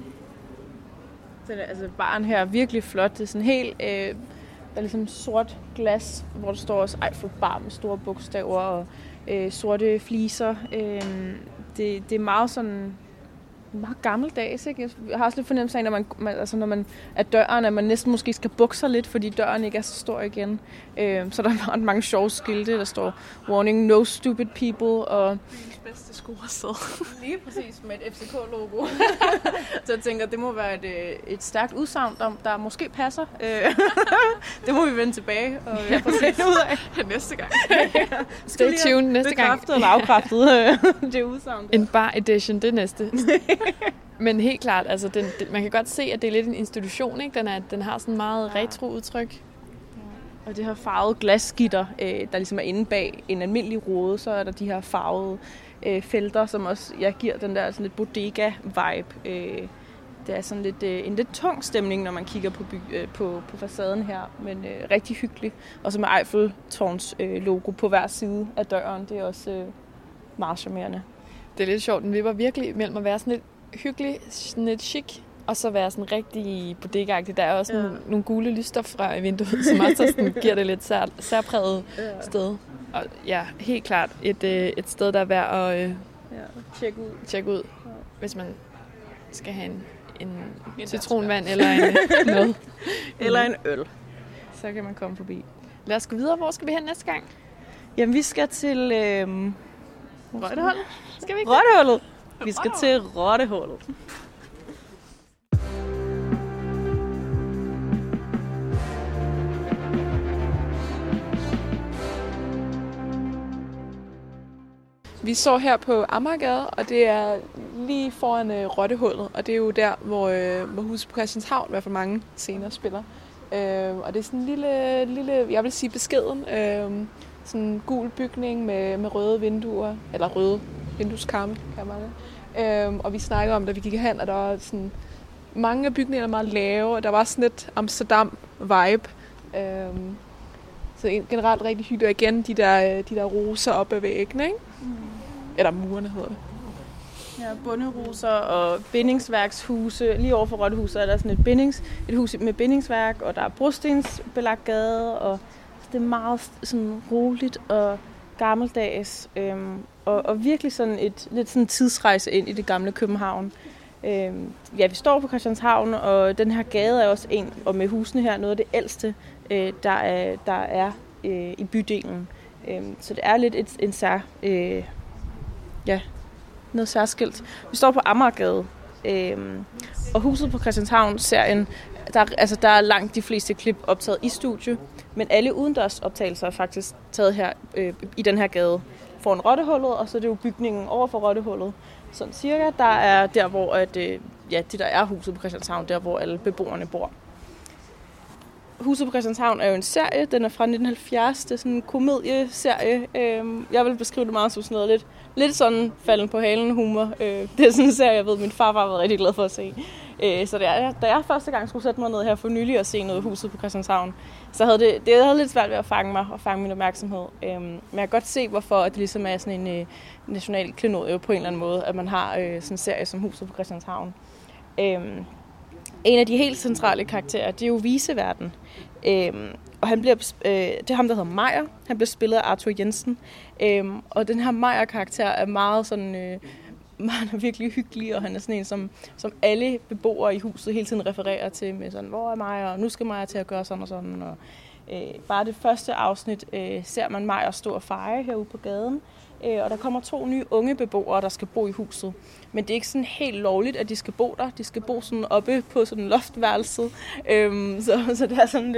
Så det, altså baren her er virkelig flot. Det er sådan helt der er ligesom sort glas, hvor der står også Eiffelbar med store bogstaver og sorte fliser. Det er meget sådan meget gammeldags, ikke? Jeg har også lidt fornemmelse af, når man er døren, at man næsten måske skal bukke sig lidt, fordi døren ikke er så stor igen. Så der er mange sjove skilte, der står warning, no stupid people, og bedste scorested. Lige præcis, med et FCK-logo. Så jeg tænker, det må være et stærkt udsagn, der måske passer. Det må vi vende tilbage og finde ud af næste gang. Stay tuned næste gang. Bekræftet eller afkræftet det udsagn. En bar edition, det næste. Men helt klart, altså man kan godt se, at det er lidt en institution, ikke? Den har sådan meget retro udtryk. Og det her farvede glasgitter, der ligesom er inde bag en almindelig rode, så er der de her farvede felter, som også giver den der sådan lidt bodega-vibe. Det er sådan lidt en lidt tung stemning, når man kigger på facaden her, men rigtig hyggelig. Og så med Eiffeltårns logo på hver side af døren, det er også meget charmerende. Det er lidt sjovt, den vipper virkelig mellem at være sådan lidt hyggelig, sådan lidt chic, Og så være sådan rigtig bodega-agtig. Der er også nogle gule lysstof fra vinduet, som også sådan, giver det lidt særpræget sted. Og ja, helt klart et sted, der er værd at tjekke ud, hvis man skal have en citronvand eller noget. Eller en øl. Så kan man komme forbi. Lad os gå videre. Hvor skal vi hen næste gang? Jamen, vi skal til Rottehullet. Skal vi ikke? Rottehullet. Vi skal til Rottehullet. Vi står her på Amagergade, og det er lige foran Rottehullet, og det er jo der, hvor Huset på Christianshavn, i hvert fald mange scener, spiller. Og det er sådan en lille, jeg vil sige beskeden, sådan en gul bygning med røde vinduer, eller røde vindueskarme, kan man det. Og vi snakker om, da vi gik hen, at der var sådan mange af bygningerne meget lave, og der var sådan lidt Amsterdam-vibe. Så generelt rigtig hyggeligt. Og igen, de der roser op ad væggene, ikke? Eller murene hedder det. Ja, bunderoser og bindingsværkshuse. Lige over for Rottehuset er der sådan et hus med bindingsværk, og der er brostensbelagt gade, og det er meget sådan roligt og gammeldags. Og virkelig sådan lidt sådan tidsrejse ind i det gamle København. Ja, vi står på Christianshavn, og den her gade er også og med husene her, noget af det ældste, der er i bydelen. Så det er lidt noget særskilt. Vi står på Amagergade, og Huset på Christianshavn-serien, der er langt de fleste klip optaget i studie, men alle udendørs optagelser er faktisk taget her i den her gade foran Rottehullet, og så er det jo bygningen over for Rottehullet. Sådan cirka, der er der, hvor det der er Huset på Christianshavn, der hvor alle beboerne bor. Huset på Christianshavn er jo en serie, den er fra 1970, det er sådan en komedieserie. Jeg vil beskrive det meget som sådan noget lidt sådan falden på halen humor. Det er sådan en serie, jeg ved, min far var rigtig glad for at se. Så da jeg første gang skulle sætte mig ned her for nylig og se noget Huset på Christianshavn, så havde det havde lidt svært ved at fange min opmærksomhed. Men jeg kan godt se, hvorfor det ligesom er sådan en national klenodie på en eller anden måde, at man har sådan en serie som Huset på Christianshavn. En af de helt centrale karakterer, det er jo Viseverden. Og det er ham, der hedder Meyer. Han bliver spillet af Arthur Jensen. Og den her Meyer-karakter er meget sådan... han er virkelig hyggelig, og han er sådan en, som alle beboere i huset hele tiden refererer til med sådan, hvor er Meyer, og nu skal Meyer til at gøre sådan og sådan. Og, bare det første afsnit ser man Meyer stå og feje herude på gaden. Og der kommer 2 nye unge beboere, der skal bo i huset. Men det er ikke sådan helt lovligt, at de skal bo der. De skal bo sådan oppe på sådan loftværelset. Så det er sådan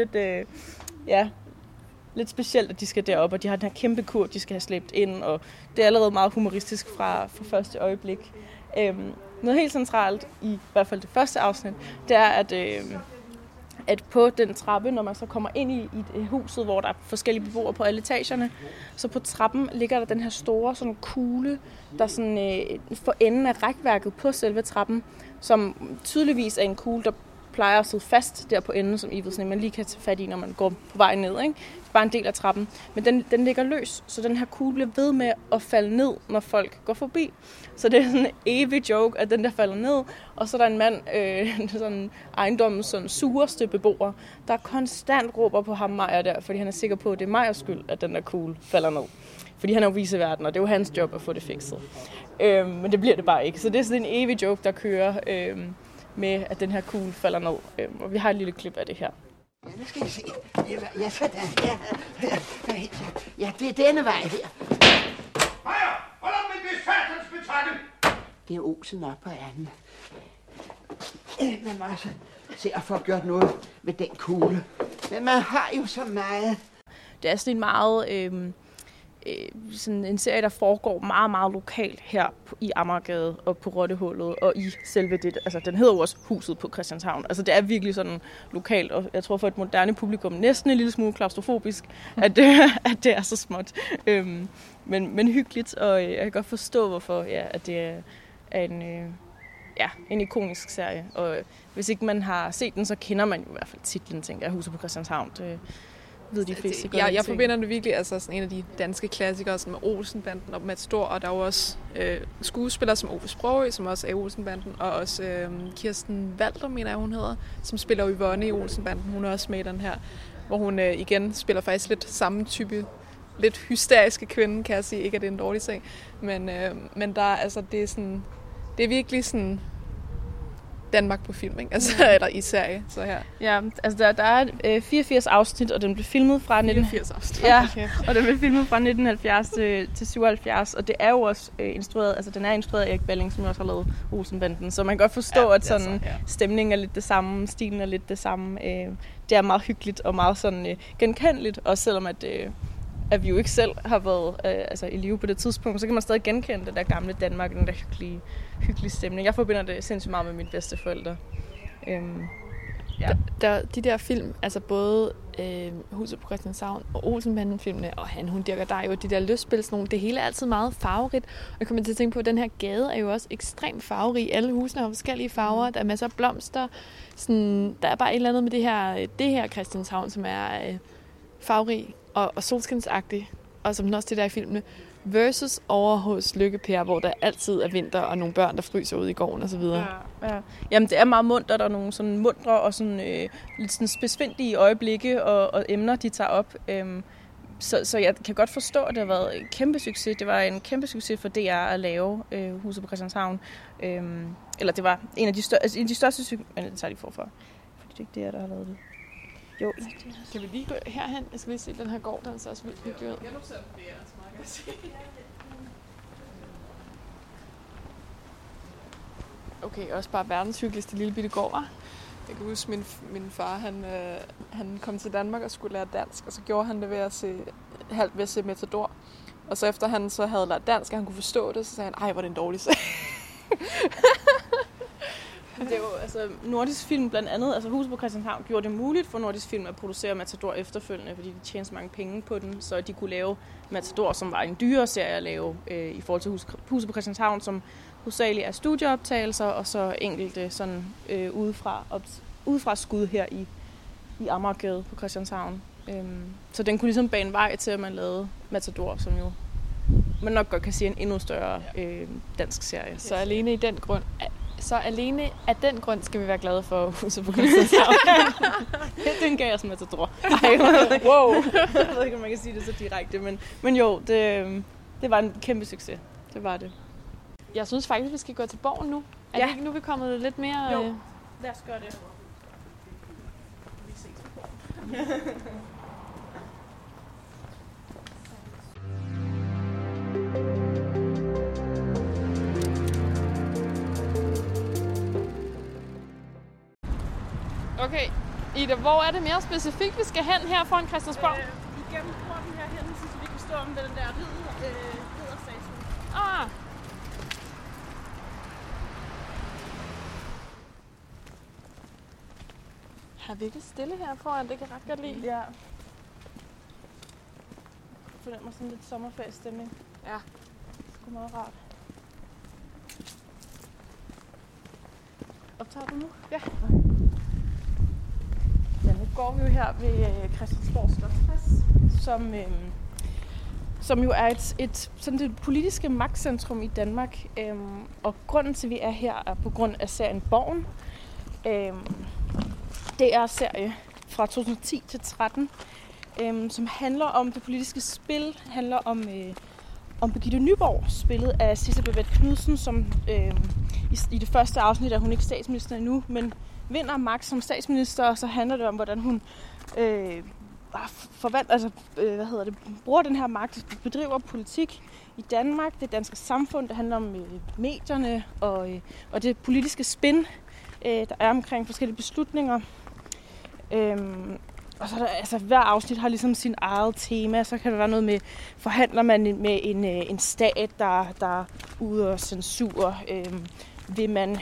lidt specielt, at de skal derop, og de har den her kæmpe kur, de skal have slæbt ind, og det er allerede meget humoristisk fra første øjeblik. Noget helt centralt, i hvert fald det første afsnit, det er, at på den trappe, når man så kommer ind i huset, hvor der er forskellige beboere på alle etagerne, så på trappen ligger der den her store sådan kugle, der sådan for enden af rækværket på selve trappen, som tydeligvis er en kugle, der plejer at sidde fast der på enden, som I ved, sådan, man lige kan tage fat i, når man går på vej ned. Ikke? Det er bare en del af trappen. Men den ligger løs, så den her kugle bliver ved med at falde ned, når folk går forbi. Så det er sådan en evig joke, at den der falder ned, og så er der en mand, sådan ejendommens sådan sureste beboer, der konstant råber på ham Meyer der, fordi han er sikker på, at det er Meyers skyld, at den der kugle falder ned. Fordi han er jo viseverden, og det er jo hans job at få det fikset. Men det bliver det bare ikke. Så det er sådan en evig joke, der kører med, at den her kugle falder ned. Og vi har et lille klip af det her. Ja, nu skal I se. Ja, det er denne vej her. Meyer, hold op med det satans betakkel! Det er Olsen op på anden. Man må altså se at få gjort noget ved den kugle. Men man har jo så meget. Det er sådan en meget... sådan en serie, der foregår meget, meget lokalt her i Amagergade og på Rottehullet og i selve det. Altså, den hedder jo også Huset på Christianshavn. Altså, det er virkelig sådan lokalt, og jeg tror for et moderne publikum næsten en lille smule klaustrofobisk, at det er så småt. Men hyggeligt, og jeg kan godt forstå, hvorfor at det er en ikonisk serie. Og hvis ikke man har set den, så kender man jo i hvert fald titlen, tænker jeg, Huset på Christianshavn. ved de fleste godt. Jeg forbinder det virkelig, altså sådan en af de danske klassikere, som er Olsenbanden og Matador, og der er jo også skuespillere som Ove Sprogøe, som også er i Olsenbanden, og også Kirsten Walther, mener jeg, hun hedder, som spiller Yvonne i Olsenbanden. Hun er også med i den her, hvor hun igen spiller faktisk lidt samme type, lidt hysteriske kvinde, kan jeg sige. Ikke, at det er en dårlig sag, men der, altså, det er virkelig sådan Danmark på film, ikke? Altså, eller i serie, så her. Ja, altså der er 84 afsnit, og den blev filmet fra 84 afsnit. Ja, og den blev filmet fra 1970 til 77, og det er jo også instrueret, altså den er instrueret af Erik Balling, som også har lavet Olsenbanden, så man kan godt forstå, at sådan stemningen er lidt det samme, stilen er lidt det samme. Det er meget hyggeligt og meget sådan genkendeligt, også selvom at vi jo ikke selv har været i live på det tidspunkt, så kan man stadig genkende det der gamle Danmark, den der hyggelige stemning. Jeg forbinder det sindssygt meget med mine bedsteforældre. De der film, altså både Huset på Christianshavn og Olsenbanden-filmene og Han, hun dirker dig jo, de der lystspil, sådan nogle, det hele er altid meget farverigt. Og jeg kommer til at tænke på, at den her gade er jo også ekstremt farverig. Alle husene har forskellige farver, der er masser af blomster. Sådan, der er bare et eller andet med det her Christianshavn, som er farverig og solskinsagtig, og som den også det der i filmene, versus over hos Lykke Per, hvor der altid er vinter og nogle børn, der fryser ude i gården og så videre. Ja. Jamen, det er meget mundt, og der er nogle sådan mundre og sådan lidt sådan spidsfindige øjeblikke og emner, de tager op. Så jeg kan godt forstå, at det har været en kæmpe succes. Det var en kæmpe succes for DR at lave Huset på Christianshavn. Eller det var en af de største succes, men det tager de forfra. Fordi det er ikke DR, der har lavet det. Jo. Kan vi lige gå herhen? Jeg skal lige se den her gård, den ser også vildt hyggelig ud. Okay, også bare verdens hyggeligste lille bitte gård, hva'? Jeg kan huske, min far, han kom til Danmark og skulle lære dansk, og så gjorde han det ved at se Matador. Og så efter han så havde lært dansk, og han kunne forstå det, så sagde han, ej, hvor er det en dårlig sag. Det er jo altså Nordisk Film blandt andet, altså Huset på Christianshavn gjorde det muligt for Nordisk Film at producere Matador efterfølgende, fordi de tjente så mange penge på den, så de kunne lave Matador, som var en dyrere serie at lave i forhold til Huset på Christianshavn, som hovedsageligt er studieoptagelser og så enkelte sådan udefra skud her i Amagergade på Christianshavn. Så den kunne ligesom bane vej til, at man lavede Matador, som jo man nok godt kan sige en endnu større dansk serie. Så alene af den grund skal vi være glade for Huset på Christianshavn. Den gav os Matador. Wow. Jeg ved ikke, om man kan sige det så direkte, men jo, det var en kæmpe succes. Det var det. Jeg synes faktisk, vi skal gå til borgen nu. Er det ikke nu, vi er kommet lidt mere? Jo, lad os gøre det. Vi ses på borgen. Okay, Ida, hvor er det mere specifikt, vi skal hen her foran Christiansborg? Igennem porten herhen, så vi kan stå om den der ridderstatue. Har vi ikke stille her foran? Det kan ret godt lide. Ja. Jeg fornemmer sådan lidt sommerferiestemning. Ja. Det er sgu meget rart. Optager du nu? Ja. Ja, nu går vi jo her ved Christiansborg Slotsplads, som jo er sådan det politiske magtcentrum i Danmark. Og grunden til, at vi er her, er på grund af serien Borgen. Det er serie fra 2010 til 13, som handler om det politiske spil, handler om Birgitte Nyborg, spillet af Sissel Babett Knudsen, som i det første afsnit er hun ikke statsminister endnu, men vinder magt som statsminister, og så handler det om, hvordan hun bruger den her magt, bedriver politik i Danmark, det danske samfund. Det handler om medierne og det politiske spin, der er omkring forskellige beslutninger. Og så der, hver afsnit har ligesom sin eget tema. Så kan der være noget med, forhandler man med en stat, der ude censur. Vil man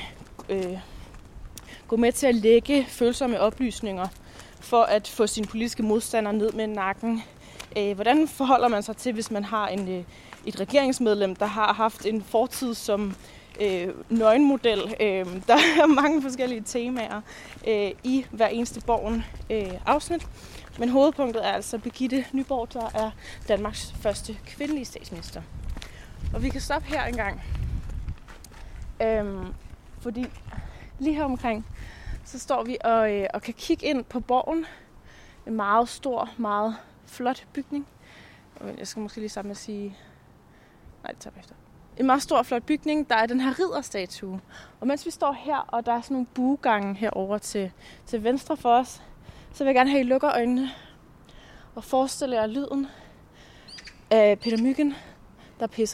gå med til at lægge følsomme oplysninger for at få sine politiske modstandere ned med nakken? Hvordan forholder man sig til, hvis man har et regeringsmedlem, der har haft en fortid som nøgenmodel. Der er mange forskellige temaer i hver eneste Borgen afsnit. Men hovedpunktet er altså Birgitte Nyborg, der er Danmarks første kvindelige statsminister. Og vi kan stoppe her engang. Fordi lige her omkring, så står vi og kan kigge ind på Borgen. En meget stor, meget flot bygning. Jeg skal måske lige sammen med at sige... Nej, det tager jeg efter. En meget stor, flot bygning. Der er den her ridderstatue. Og mens vi står her, og der er sådan nogle buegange herovre til venstre for os, så vil jeg gerne have, at I lukker øjnene og forestille jer lyden af Peter Mygind, der pisser.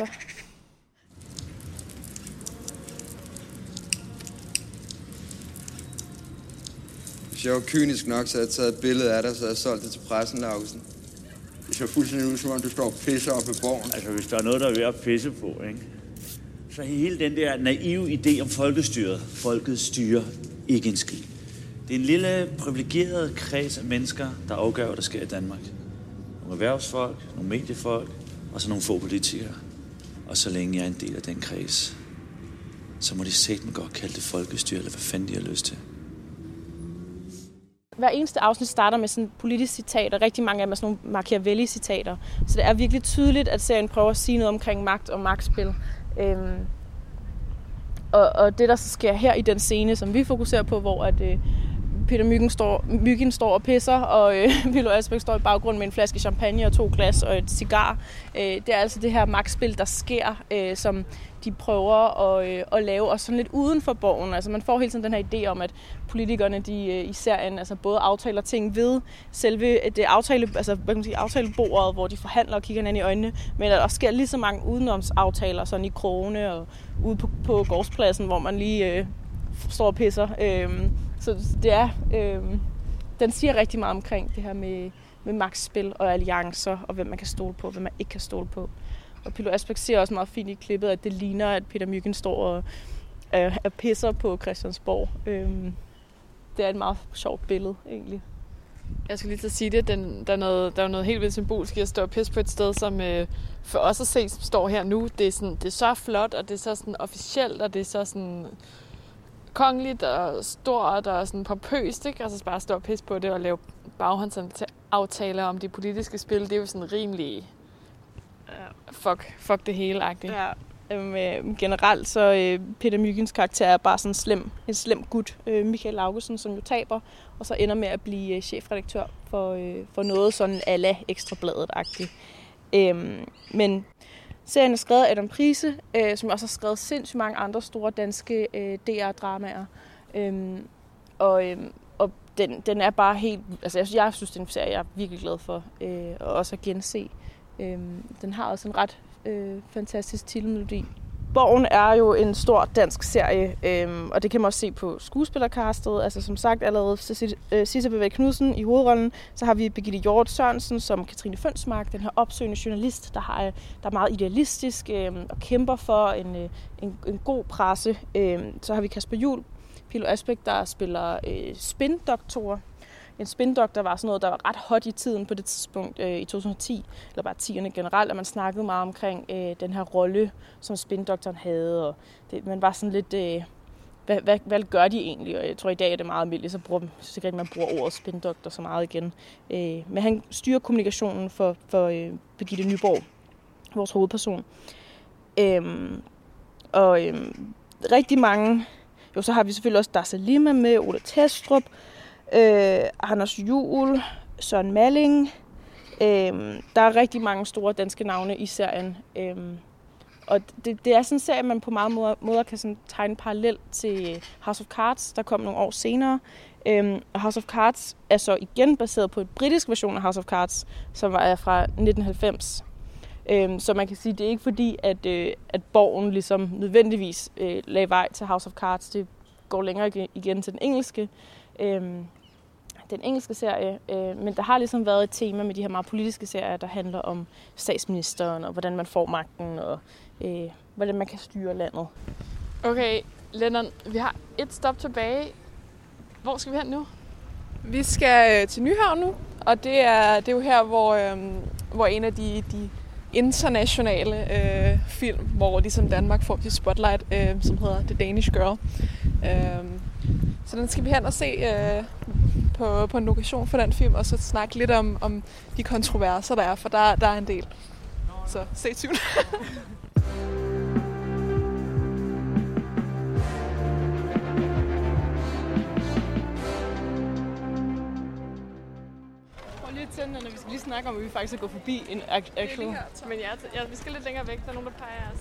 Hvis jeg var kynisk nok, så havde jeg taget et billede af dig, så havde jeg solgt det til pressen, Lausen. Det ser fuldstændig ud, som om du står og pisser op i Borgen. Altså, hvis der er noget, der er ved at pisse på, ikke? Så hele den der naive idé om folkestyret. Folket styrer ikke en skid. Det er en lille privilegeret kreds af mennesker, der afgør, hvad der sker i Danmark. Nogle erhvervsfolk, nogle mediefolk, og så nogle få politikere. Og så længe jeg er en del af den kreds, så må de satme godt kalde det folkestyre, eller hvad fanden de har lyst til. Hver eneste afsnit starter med sådan et politisk citat, og rigtig mange af dem er sådan nogle Machiavelli-citater. Så det er virkelig tydeligt, at serien prøver at sige noget omkring magt og magtspil. Og det, der så sker her i den scene, som vi fokuserer på, hvor at Peter Mygind står og pisser, og Pilou Asbæk står i baggrunden med en flaske champagne og 2 glas og et cigar. Det er altså det her magtspil, der sker, som de prøver at lave, og sådan lidt uden for Borgen. Altså man får hele tiden den her idé om, at politikerne de i serien altså både aftaler ting ved selve det aftalebordet, hvor de forhandler og kigger hinanden i øjnene, men der sker lige så mange udenomsaftaler sådan i krogene og ude på gårdspladsen, hvor man lige står og pisser. Så det er, den siger rigtig meget omkring det her med magtspil og alliancer, og hvem man kan stole på, hvem man ikke kan stole på. Og Pilou Asbæk siger også meget fint i klippet, at det ligner, at Peter Mygind står og pisser på Christiansborg. Det er et meget sjovt billede, egentlig. Jeg skal lige til at sige det. Der er noget helt vildt symbolsk i at stå og pisse på et sted, som for os at se står her nu. Det er så flot, og det er så sådan officielt, og det er så sådan kongeligt og stort og sådan pompøst, ikke? Altså bare stå og pisse på det og lave baghåndsaftaler om de politiske spil, det er jo sådan rimelig fuck det hele-agtigt. Ja. Generelt så Peter Myginds karakter er bare sådan en slem gut, Michael Augustsen, som jo taber, og så ender med at blive chefredaktør for noget sådan a la Ekstrabladet-agtigt. Men serien er skrevet af Adam Price, som også har skrevet sindssygt mange andre store danske DR-dramaer. Og den er bare helt... Altså jeg synes, det er en serie, jeg er virkelig glad for og også at gense. Den har også en ret fantastisk titelmelodi. Borgen er jo en stor dansk serie, og det kan man også se på skuespillercastet. Altså som sagt, allerede Sisse Bevær Knudsen i hovedrollen, så har vi Birgitte Hjort Sørensen som Katrine Fønsmark, den her opsøgende journalist, der er meget idealistisk og kæmper for en god presse. Så har vi Kasper Juhl, Pilou Asbæk, der spiller spindoktorer. En spindoktor var sådan noget, der var ret hot i tiden på det tidspunkt i 2010, eller bare 10'erne generelt, at man snakkede meget omkring den her rolle, som spindoktoren havde. Og man var sådan lidt, hvad gør de egentlig? Og jeg tror, i dag er det meget almindeligt, så man bruger ordet spindoktor så meget igen. Men han styrer kommunikationen for Birgitte Nyborg, vores hovedperson. Rigtig mange... Jo, så har vi selvfølgelig også Dar Salima med, Ole Testrup, Anders Juhl, Søren Malling. Der er rigtig mange store danske navne i serien. Og det er sådan en serie, man på mange måder kan sådan tegne parallel til House of Cards, der kom nogle år senere. House of Cards er så igen baseret på et britisk version af House of Cards, som er fra 1990. Så man kan sige, det er ikke fordi, at Borgen ligesom nødvendigvis lagde vej til House of Cards. Det går længere igen til den engelske serie, men der har ligesom været et tema med de her meget politiske serier, der handler om statsministeren, og hvordan man får magten, og hvordan man kan styre landet. Okay, Lennon, vi har et stop tilbage. Hvor skal vi hen nu? Vi skal til Nyhavn nu, og det er jo her, hvor en internationale film, hvor ligesom Danmark får sit spotlight, som hedder The Danish Girl. Så den skal vi hen og se på en lokation for den film, og så snakke lidt om de kontroverser, der er, for der er en del. Så stay tuned. Når vi skal lige snakke om, at vi faktisk er gået forbi en actual. Men vi skal lidt længere væk. Der er nogen, der peger os.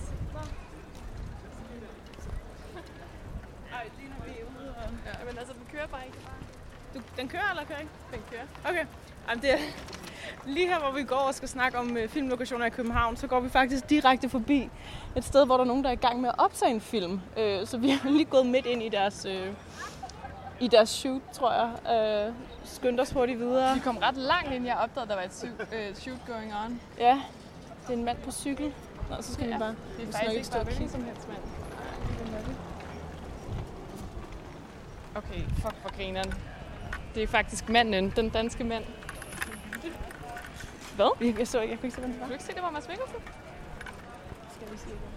Ej, lige når vi er ude. Ja, men altså, den kører bare ikke. Den kører eller kører ikke? Den kører. Okay. Jamen, det er lige her, hvor vi går og skal snakke om filmlokationer i København, så går vi faktisk direkte forbi et sted, hvor der er nogen, der er i gang med at optage en film. Så vi har lige gået midt ind i deres shoot, tror jeg. Skyndte os hurtigt videre. Vi kom ret langt ind. Jeg opdagede, der var et shoot going on. Ja, det er en mand på cykel. Nå, så skal vi bare... Det er faktisk ikke bare hvilken som helst mand. Okay, fuck for grineren. Det er faktisk manden, den danske mand. Hvad? Jeg kunne ikke se, hvem det var. Kan du ikke se, det var Mads Mikkelsen? Skal vi se det?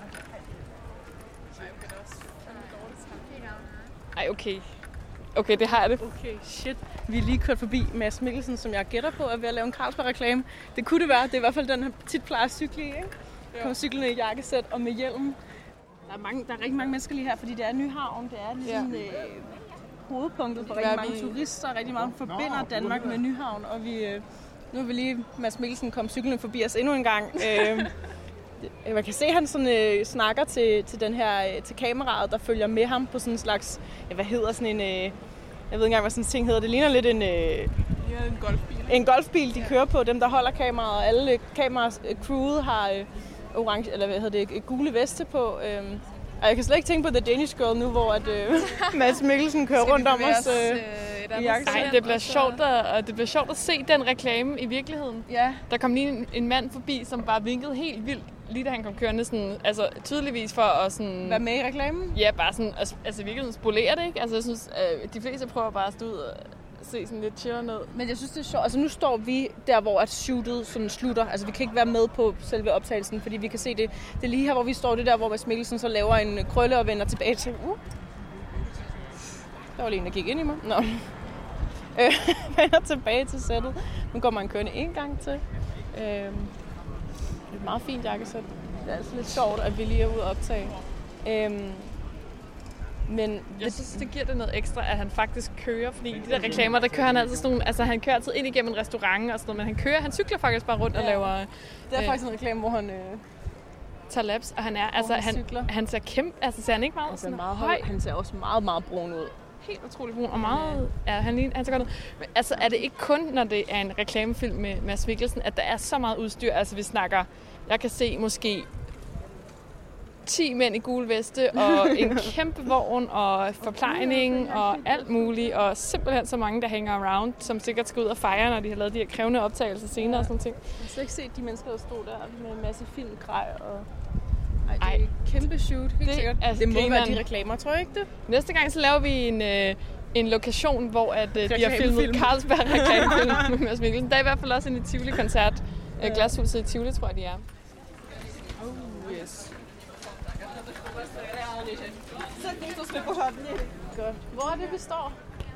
Ej, okay. Okay, det har jeg det. Okay, shit. Vi er lige kørt forbi Mads Mikkelsen, som jeg gætter på er ved at lave en Carlsberg-reklame. Det kunne det være. Det er i hvert fald den, han tit plejer at cykle i, ikke? Ja. Kommer cyklende i jakkesæt og med hjelm. Der er rigtig mange mennesker lige her, fordi det er Nyhavn. Det er ligesom hovedpunktet for rigtig mange turister. Rigtig mange forbinder Danmark med Nyhavn. Og nu er vi lige Mads Mikkelsen kom cyklende forbi os endnu en gang. Man kan se, at han sådan, snakker til den her til kameraet, der følger med ham på sådan en slags, hvad hedder sådan en, jeg ved ikke engang, hvad sådan en ting hedder. Det ligner lidt en golfbil. En golfbil, de kører på, dem der holder kameraet, og alle crewet har orange, eller hvad hedder det, gule veste på. Og jeg kan slet ikke tænke på The Danish Girl nu, hvor at, Mads Mikkelsen kører rundt om os. Nej, det bliver sjovt at se den reklame i virkeligheden. Ja. Der kom lige en mand forbi, som bare vinkede helt vildt, lige da han kom kørende, sådan, altså tydeligvis for at sådan... Være med i reklamen? Ja, bare sådan, altså i virkeligheden spolere det, ikke? Altså jeg synes, de fleste prøver bare at stå ud og se sådan lidt chill ned. Men jeg synes, det er sjovt. Altså nu står vi der, hvor at shootet sådan slutter. Altså vi kan ikke være med på selve optagelsen, fordi vi kan se det. Det er lige her, hvor vi står, det der, hvor Mads Mikkelsen så laver en krølle og vender tilbage til... Der var lige en, der gik ind i mig. Nå. Vender tilbage til sættet. Nu går man kørende en gang til. Et meget fint jakkesæt. Det er altså lidt sjovt, at vi lige er ude og optage. Men jeg synes, det giver det noget ekstra, at han faktisk kører, fordi i de der reklamer, der kører han altid sådan nogle, altså han kører altid ind igennem en restaurant og sådan noget, men han cykler faktisk bare rundt og laver... Det er faktisk en reklame, hvor han... tager laps, og han er, altså han ser kæmpe, altså ser han ikke meget sådan meget høj. Han ser også meget, meget brun ud. Helt utrolig brun, og meget, han ser godt ud. Men altså er det ikke kun, når det er en reklamefilm med Mads Mikkelsen, at der er så meget udstyr, altså vi snakker, jeg kan se måske 10 mænd i gule veste, og en kæmpe vogn, og forplejning, og alt muligt, og simpelthen så mange, der hænger around, som sikkert skal ud og fejre, når de har lavet de her krævende optagelser senere og sådan ting. Jeg har slet ikke set de mennesker, der stod der med en masse filmgrej, og... Ej, det er kæmpe shoot, helt sikkert. Altså, det må være de reklamer, tror jeg ikke det? Næste gang, så laver vi en lokation, hvor at, de har filmet Carlsberg-reklamefilm med Mads Mikkelsen. Der er i hvert fald også en Tivoli-koncert. Glashuset i Tivoli, tror jeg, de er. Yes. Godt. Hvor er det, vi står?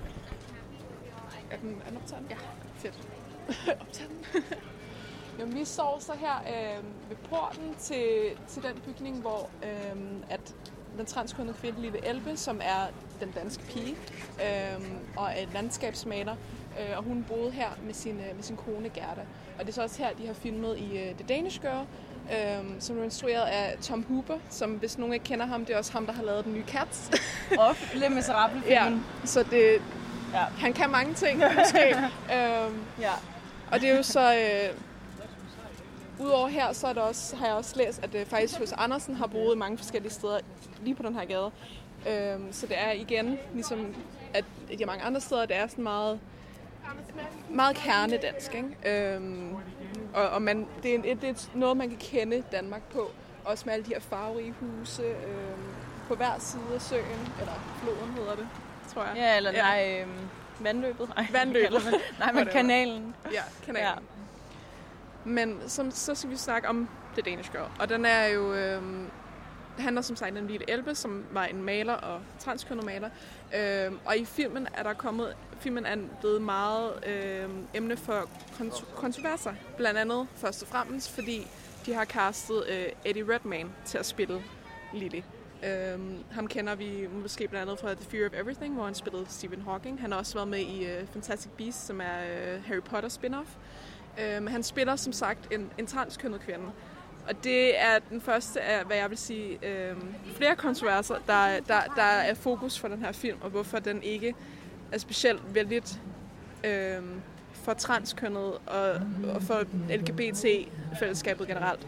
Er den optaget? Ja. Fedt. Optaget den. Jamen, vi står så her ved porten til den bygning, hvor at den transkønnede kvinde Lille Elbe, som er den danske pige og er et landskabsmaler, og hun boede her med sin kone Gerda. Og det er så også her, de har filmet i The Danish Girl, som er instrueret af Tom Hooper, som hvis nogen ikke kender ham, det er også ham, der har lavet den nye Cats. Og Les Misérables-filmen. Ja, så det, han kan mange ting, måske. Ja. Og det er jo så... Udover her, så er der også, har jeg også læst, at faktisk hos Andersen har boet mange forskellige steder lige på den her gade. Så det er igen, ligesom at de mange andre steder, det er sådan meget kernedansk, ikke? Og det er noget, man kan kende Danmark på. Også med alle de her farverige huse på hver side af søen, eller floden hedder det, tror jeg. Ja, eller vandløbet. Vandløbet. Nej, men kanalen. Ja, kanalen. Men så skal vi snakke om The Danish Girl. Og den er jo... handler som sagt om en lille Elbe, som var en maler og transkønnet maler. Og i filmen filmen er blevet meget emne for kontroverser. Blandt andet først og fremmest, fordi de har castet Eddie Redmayne til at spille Lily. Ham kender vi måske blandt andet fra The Fear of Everything, hvor han spillede Stephen Hawking. Han har også været med i Fantastic Beasts, som er Harry Potter spin-off. Han spiller som sagt en transkønnet kvinde. Og det er den første af, hvad jeg vil sige, flere kontroverser, der er fokus for den her film, og hvorfor den ikke er specielt vældigt for transkønnet og for LGBT-fællesskabet generelt.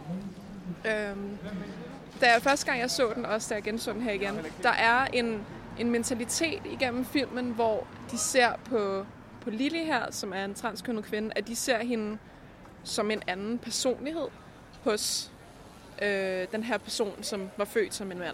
Første gang jeg så den, også da jeg genså den her igen, der er en mentalitet igennem filmen, hvor de ser på Lily her, som er en transkønnet kvinde, at de ser hende som en anden personlighed hos den her person, som var født som en mand.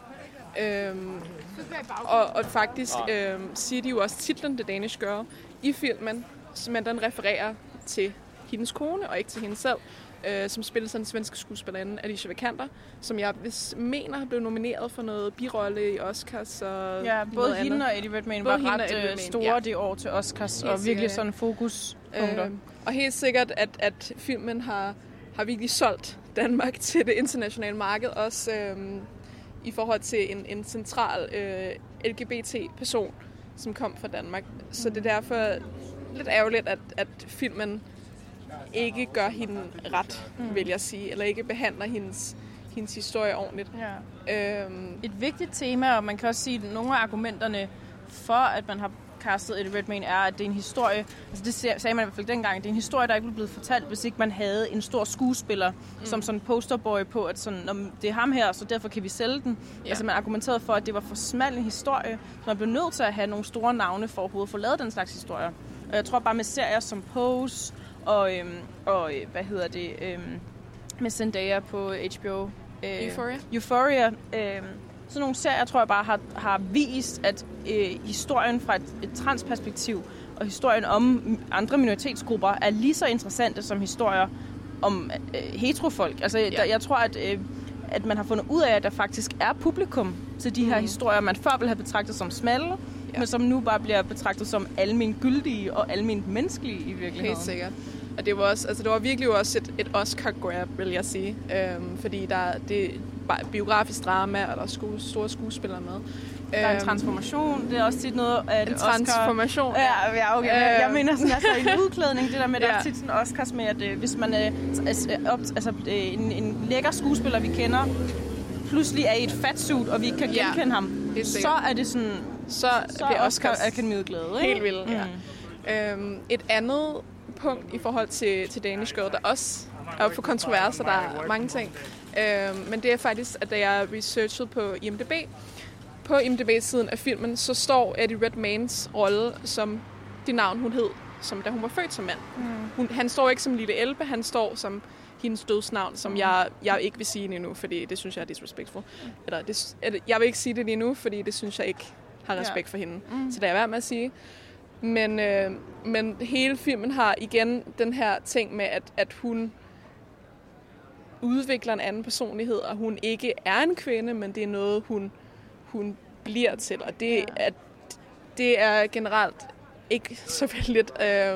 Og faktisk siger de jo også titlen The Danish Girl i filmen, men den refererer til hendes kone og ikke til hende selv, som spiller sådan en svensk skuespillerinde, Alicia Vikander, som jeg mener blev nomineret for noget birolle i Oscars. Og ja, både hende og Eddie Redmayne var ret store det år til Oscars, helt og virkelig sådan fokuspunkter. Og helt sikkert, at filmen har virkelig solgt Danmark til det internationale marked, også i forhold til en central LGBT-person, som kom fra Danmark. Så det er derfor lidt ærgerligt, at filmen ikke gør hende ret, vil jeg sige, eller ikke behandler hendes historie ordentligt. Ja. Et vigtigt tema, og man kan også sige, at nogle af argumenterne for, at man har castet Eddie Redmayne, er, at det er en historie, altså det sagde man i hvert fald dengang, det er en historie, der ikke blev blevet fortalt, hvis ikke man havde en stor skuespiller, som sådan posterboy på, at sådan, det er ham her, så derfor kan vi sælge den. Ja. Altså man argumenterede for, at det var for smal en historie, så man blev nødt til at have nogle store navne for overhovedet at få lavet den slags historier. Og jeg tror bare med serier som Pose, og med Zendaya på HBO. Euphoria. Sådan nogle serier, tror jeg bare, har vist, at historien fra et transperspektiv og historien om andre minoritetsgrupper er lige så interessante som historier om heterofolk. Altså, jeg tror, at man har fundet ud af, at der faktisk er publikum til de her historier, man før ville have betragtet som smalle, men som nu bare bliver betragtet som almengyldige og alment menneskelige i virkeligheden. Helt sikkert. Og det var også, altså det var virkelig også et Oscar-grab, vil jeg sige. Fordi det er biografisk drama, og der er store skuespillere med. Der er en transformation. Det er også tit noget af en transformation. Ja, okay. Jeg mener sådan, altså en udklædning, det der med, det er tit sådan Oscars med, at hvis man en lækker skuespiller, vi kender, pludselig er i et fatsuit, og vi ikke kan genkende ham, så er det sådan, så bliver Oscars akademiet glade. Helt vildt, ja. Et andet punkt i forhold til Danish Girl, der også er for kontroverser, der er mange ting. Men det er faktisk, at da jeg researchede på IMDb, på IMDb-siden af filmen, så står Eddie Redmaynes rolle som det navn, hun hed, som da hun var født som mand. Han står ikke som lille Elbe, han står som hendes dødsnavn, som jeg ikke vil sige endnu, fordi det synes jeg er disrespectful. Jeg vil ikke sige det lige nu, fordi det synes jeg ikke har respekt for hende. Så det er jeg værd med at sige. Men hele filmen har igen den her ting med, at hun udvikler en anden personlighed, og hun ikke er en kvinde, men det er noget, hun bliver til. Og det er generelt ikke så vældigt.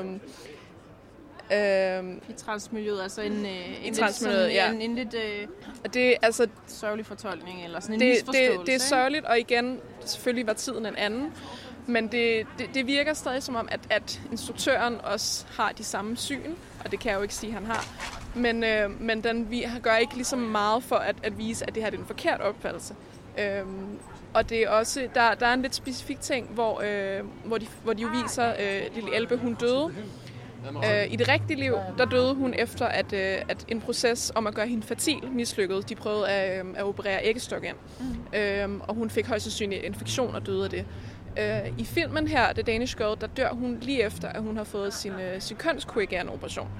I transmiljøet, altså en lidt det, altså, sørgelig fortolkning, eller sådan en misforståelse. Det er sørgeligt, og igen, selvfølgelig var tiden en anden. Men det virker stadig som om, at instruktøren også har de samme syn, og det kan jeg jo ikke sige, han har. Men den gør ikke lige så meget for at vise, at det her er en forkert opfattelse. Og det er også, der er en lidt specifik ting, hvor de jo viser, lille Elbe, hun døde. I det rigtige liv, der døde hun efter, at en proces om at gøre hende fertil mislykkedes. De prøvede at operere æggestok ind. Og hun fik højst sandsynligt infektion og døde af det. I filmen her, The Danish Girl, der dør hun lige efter, at hun har fået sin kønskorrigerende operation.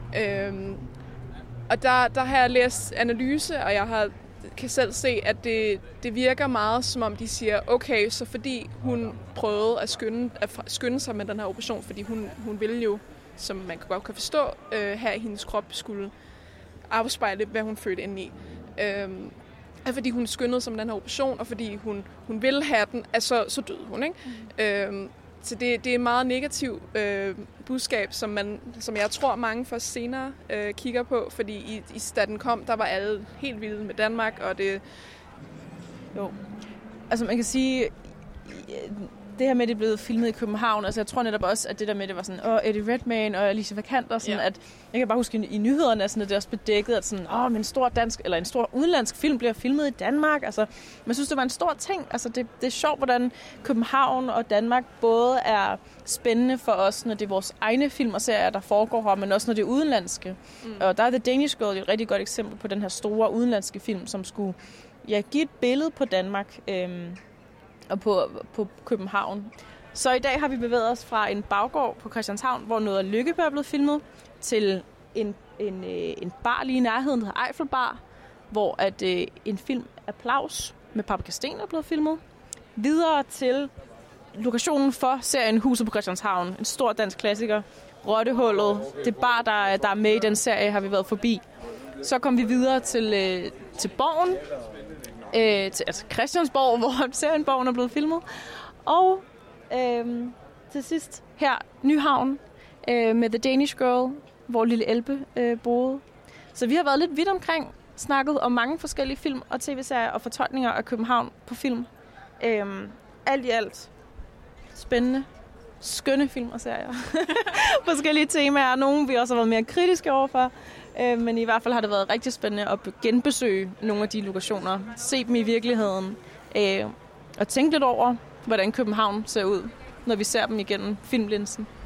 Og der har jeg læst analyse, og jeg kan selv se, at det virker meget, som om de siger, okay, så fordi hun prøvede at skynde sig med den her operation, fordi hun ville jo, som man godt kan forstå, her i hendes krop skulle afspejle, hvad hun fødte ind i. Fordi hun skyndede som den her operation, og fordi hun ville have den, så døde hun. Ikke? Så det er et meget negativt budskab, som jeg tror mange for senere kigger på, fordi da den kom, der var alle helt vilde med Danmark, og det... Jo. Altså man kan sige, det her med, at det er blevet filmet i København, altså jeg tror netop også, at det der med, det var sådan, Eddie Redmayne og Alicia Vikander, sådan at, jeg kan bare huske i nyhederne, sådan, at det også blev dækket, at sådan, men en stor dansk, eller en stor udenlandsk film bliver filmet i Danmark, altså, man synes, det var en stor ting, altså det er sjovt, hvordan København og Danmark både er spændende for os, når det er vores egne film og serier, der foregår her, men også når det er udenlandske. Og der er The Danish Girl et rigtig godt eksempel på den her store udenlandske film, som skulle give et billede på Danmark, og på København. Så i dag har vi bevæget os fra en baggård på Christianshavn, hvor noget af Lykkebø er blevet filmet, til en bar lige i nærheden, der hedder Eiffelbar, hvor at en film Applaus med Paprika Steen er blevet filmet. Videre til lokationen for serien Huset på Christianshavn, en stor dansk klassiker, Rottehullet. Det bar, der er med i den serie, har vi været forbi. Så kom vi videre til Borgen, altså Christiansborg, hvor serien Borgen er blevet filmet. Og til sidst her, Nyhavn, med The Danish Girl, hvor Lille Elbe boede. Så vi har været lidt vidt omkring, snakket om mange forskellige film og tv-serier og fortolkninger af København på film. Alt i alt spændende, skønne film og serier. Forskellige temaer, nogle vi også har været mere kritiske overfor. Men i hvert fald har det været rigtig spændende at genbesøge nogle af de lokationer, se dem i virkeligheden, og tænke lidt over, hvordan København ser ud, når vi ser dem igennem filmlinsen.